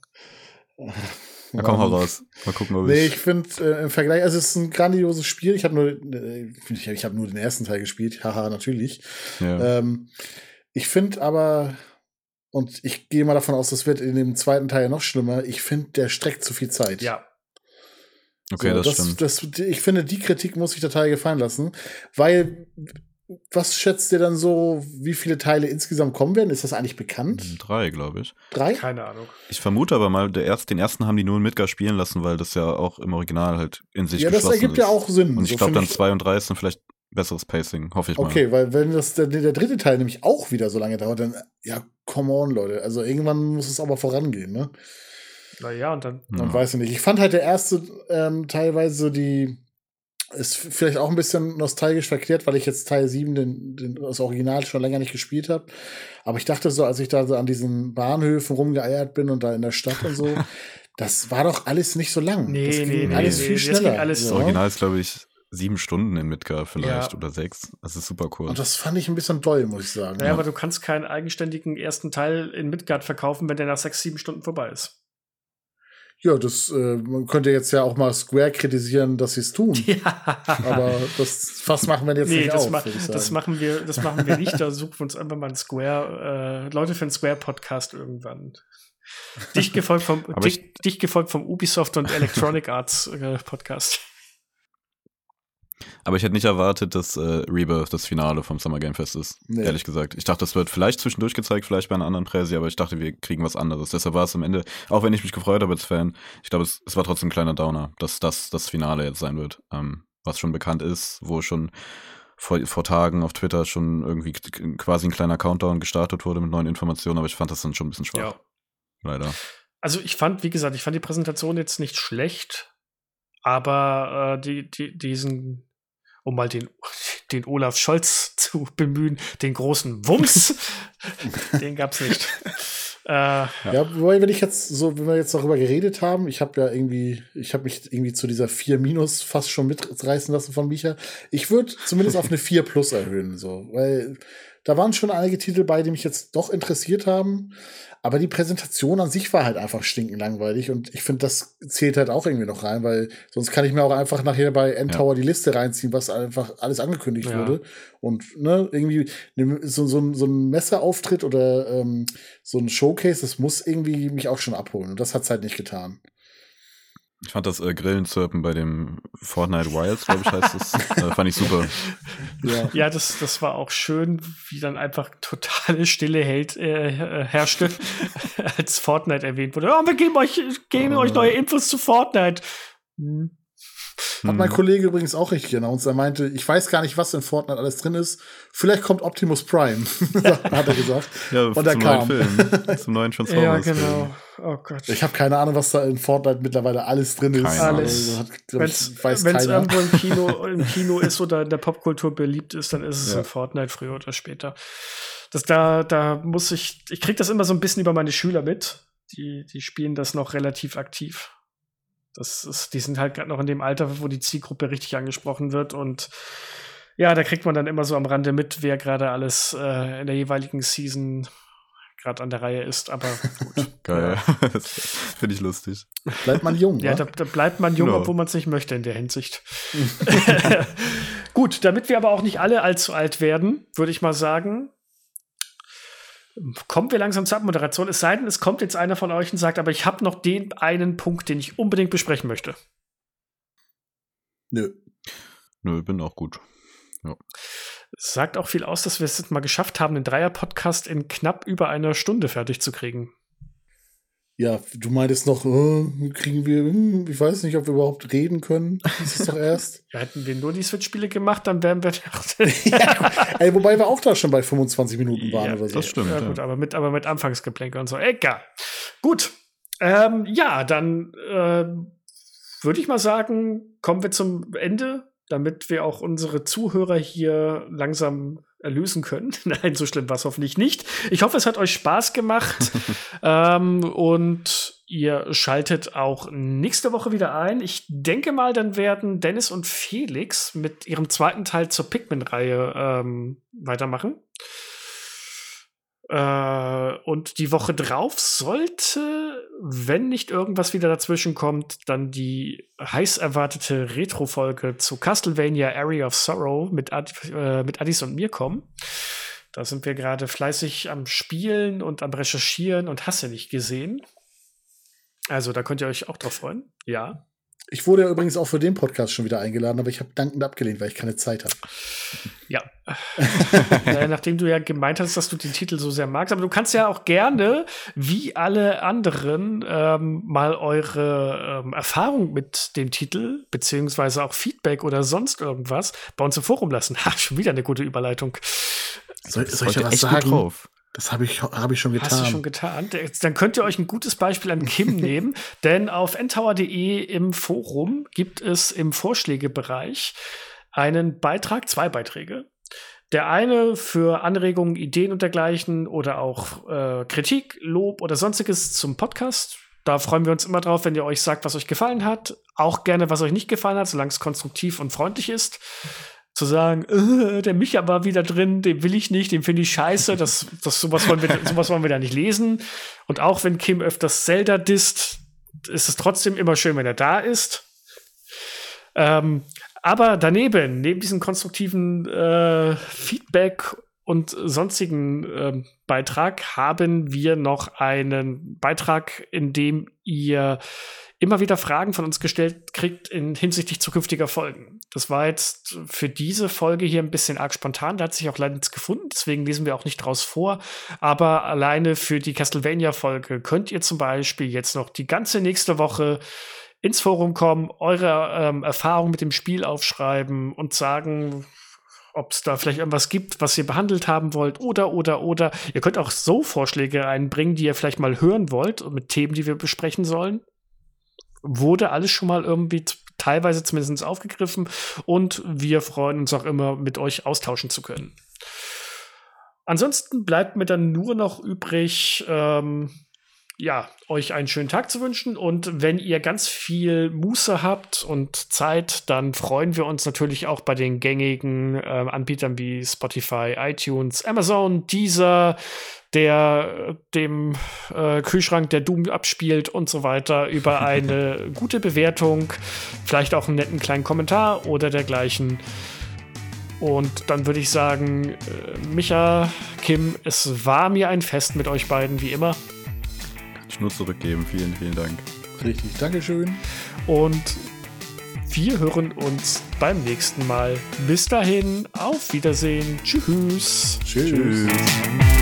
Na komm, hau raus. Mal gucken, ob ich finde im Vergleich, also es ist ein grandioses Spiel. Ich habe nur den ersten Teil gespielt. Haha, natürlich. Ja. Ich finde aber, und ich gehe mal davon aus, das wird in dem zweiten Teil noch schlimmer, ich finde, der streckt zu viel Zeit. Ja. Okay, das stimmt. Ich finde, die Kritik muss sich der Teil gefallen lassen, weil was schätzt ihr dann so, wie viele Teile insgesamt kommen werden? Ist das eigentlich bekannt? 3, glaube ich. 3? Keine Ahnung. Ich vermute aber mal, den ersten haben die nur in Midgar spielen lassen, weil das ja auch im Original halt in sich geschlossen ist. Ja, das ergibt ja auch Sinn. Und ich glaube, dann 2 und 3 ist dann vielleicht besseres Pacing, hoffe ich mal. Okay, weil wenn das der dritte Teil nämlich auch wieder so lange dauert, dann, ja, come on, Leute. Also irgendwann muss es aber vorangehen, ne? Naja, und dann. Man weiß ich nicht. Ich fand halt der erste teilweise so ist vielleicht auch ein bisschen nostalgisch verkehrt, weil ich jetzt Teil 7, das Original, schon länger nicht gespielt habe. Aber ich dachte so, als ich da so an diesen Bahnhöfen rumgeeiert bin und da in der Stadt und so, das war doch alles nicht so lang. Das ging alles viel schneller. Das Original ist, glaube ich, 7 Stunden in Midgar vielleicht oder 6. Das ist super cool. Und das fand ich ein bisschen doll, muss ich sagen. Naja, aber du kannst keinen eigenständigen ersten Teil in Midgard verkaufen, wenn der nach 6, 7 Stunden vorbei ist. Ja, man könnte jetzt ja auch mal Square kritisieren, dass sie es tun. Ja. Aber das Fass machen wir jetzt nicht auf. Das machen wir nicht. Da suchen wir uns einfach mal einen Square, Leute für einen Square-Podcast irgendwann. Dicht gefolgt vom Ubisoft und Electronic Arts Podcast. Aber ich hätte nicht erwartet, dass Rebirth das Finale vom Summer Game Fest ist, ehrlich gesagt. Ich dachte, das wird vielleicht zwischendurch gezeigt, vielleicht bei einer anderen Präsi, aber ich dachte, wir kriegen was anderes. Deshalb war es am Ende, auch wenn ich mich gefreut habe als Fan, ich glaube, es war trotzdem ein kleiner Downer, dass das Finale jetzt sein wird, was schon bekannt ist, wo schon vor Tagen auf Twitter schon irgendwie quasi ein kleiner Countdown gestartet wurde mit neuen Informationen, aber ich fand das dann schon ein bisschen schwach. Ja. Leider. Also ich fand die Präsentation jetzt nicht schlecht, aber diesen, um mal den Olaf Scholz zu bemühen, den großen Wumms, den gab's nicht. Ja, wobei, wenn wir jetzt darüber geredet haben, ich habe mich irgendwie zu dieser 4- fast schon mitreißen lassen von Micha. Ich würde zumindest auf eine 4+ erhöhen, so, weil da waren schon einige Titel bei, die mich jetzt doch interessiert haben. Aber die Präsentation an sich war halt einfach stinkenlangweilig und ich finde, das zählt halt auch irgendwie noch rein, weil sonst kann ich mir auch einfach nachher bei N-Tower die Liste reinziehen, was einfach alles angekündigt wurde. Und irgendwie so ein Messeauftritt oder so ein Showcase, das muss irgendwie mich auch schon abholen und das hat's halt nicht getan. Ich fand das Grillenzirpen bei dem Fortnite Wilds, glaube ich, heißt es. Fand ich super. Ja, das war auch schön, wie dann einfach totale Stille herrschte, als Fortnite erwähnt wurde. Oh, wir geben euch neue Infos zu Fortnite. Hat mein Kollege übrigens auch richtig announced. Er meinte, ich weiß gar nicht, was in Fortnite alles drin ist. Vielleicht kommt Optimus Prime, hat er gesagt. Ja, und er kam. Zum neuen Transformers. Ja, genau. Oh Gott. Ich habe keine Ahnung, was da in Fortnite mittlerweile alles drin ist. Alles. Wenn es irgendwo im Kino ist oder in der Popkultur beliebt ist, dann ist es in Fortnite früher oder später. Da muss ich krieg das immer so ein bisschen über meine Schüler mit. Die spielen das noch relativ aktiv. Die sind halt gerade noch in dem Alter, wo die Zielgruppe richtig angesprochen wird und ja, da kriegt man dann immer so am Rande mit, wer gerade alles in der jeweiligen Season gerade an der Reihe ist, aber gut. Geil, das finde ich lustig. Bleibt man jung, ja, da bleibt man jung, obwohl man es nicht möchte in der Hinsicht. Gut, damit wir aber auch nicht alle allzu alt werden, würde ich mal sagen, kommen wir langsam zur Abmoderation. Es sei denn, es kommt jetzt einer von euch und sagt, aber ich habe noch den einen Punkt, den ich unbedingt besprechen möchte. Nö, bin auch gut. Ja. Es sagt auch viel aus, dass wir es jetzt mal geschafft haben, den Dreier-Podcast in knapp über einer Stunde fertig zu kriegen. Ja, du meintest noch, kriegen wir, ich weiß nicht, ob wir überhaupt reden können. Das ist doch erst. Ja, hätten wir nur die Switch-Spiele gemacht, dann wären wir wobei wir auch da schon bei 25 Minuten waren oder so. Das stimmt. Ja, gut, aber mit Anfangsgeplänkel und so. Egal. Gut. Dann würde ich mal sagen, kommen wir zum Ende, damit wir auch unsere Zuhörer hier langsam erlösen können. Nein, so schlimm war es hoffentlich nicht. Ich hoffe, es hat euch Spaß gemacht. Und ihr schaltet auch nächste Woche wieder ein. Ich denke mal, dann werden Dennis und Felix mit ihrem zweiten Teil zur Pikmin-Reihe weitermachen. Und die Woche drauf sollte, wenn nicht irgendwas wieder dazwischen kommt, dann die heiß erwartete Retro-Folge zu Castlevania Area of Sorrow mit Addis und mir kommen. Da sind wir gerade fleißig am Spielen und am Recherchieren und hast ja nicht gesehen. Also da könnt ihr euch auch drauf freuen. Ja. Ich wurde ja übrigens auch für den Podcast schon wieder eingeladen, aber ich habe dankend abgelehnt, weil ich keine Zeit habe. Ja. Nachdem du ja gemeint hast, dass du den Titel so sehr magst, aber du kannst ja auch gerne, wie alle anderen, mal eure Erfahrung mit dem Titel, beziehungsweise auch Feedback oder sonst irgendwas bei uns im Forum lassen. Ha, schon wieder eine gute Überleitung. Soll ich da was sagen? Drauf. Das habe ich schon getan. Hast du schon getan? Dann könnt ihr euch ein gutes Beispiel an Kim nehmen, denn auf ntower.de im Forum gibt es im Vorschlägebereich einen Beitrag, 2 Beiträge. Der eine für Anregungen, Ideen und dergleichen oder auch Kritik, Lob oder sonstiges zum Podcast. Da freuen wir uns immer drauf, wenn ihr euch sagt, was euch gefallen hat. Auch gerne, was euch nicht gefallen hat, solange es konstruktiv und freundlich ist. Zu sagen, der Micha war wieder drin, den will ich nicht, den finde ich scheiße, sowas wollen wir da nicht lesen. Und auch wenn Kim öfters Zelda disst, ist es trotzdem immer schön, wenn er da ist. Aber neben diesem konstruktiven Feedback und sonstigen Beitrag haben wir noch einen Beitrag, in dem ihr immer wieder Fragen von uns gestellt kriegt hinsichtlich zukünftiger Folgen. Das war jetzt für diese Folge hier ein bisschen arg spontan, da hat sich auch leider nichts gefunden, deswegen lesen wir auch nicht draus vor. Aber alleine für die Castlevania-Folge könnt ihr zum Beispiel jetzt noch die ganze nächste Woche ins Forum kommen, eure Erfahrungen mit dem Spiel aufschreiben und sagen, ob es da vielleicht irgendwas gibt, was ihr behandelt haben wollt oder. Ihr könnt auch so Vorschläge einbringen, die ihr vielleicht mal hören wollt, mit Themen, die wir besprechen sollen. Wurde alles schon mal irgendwie teilweise zumindest aufgegriffen und wir freuen uns auch immer, mit euch austauschen zu können. Ansonsten bleibt mir dann nur noch übrig, euch einen schönen Tag zu wünschen und wenn ihr ganz viel Muße habt und Zeit, dann freuen wir uns natürlich auch bei den gängigen Anbietern wie Spotify, iTunes, Amazon, Deezer, der dem Kühlschrank der Doom abspielt und so weiter, über eine gute Bewertung, vielleicht auch einen netten kleinen Kommentar oder dergleichen. Und dann würde ich sagen, Micha, Kim, es war mir ein Fest mit euch beiden, wie immer. Kann ich nur zurückgeben. Vielen, vielen Dank. Richtig, Dankeschön. Und wir hören uns beim nächsten Mal. Bis dahin, auf Wiedersehen. Tschüss. Tschüss.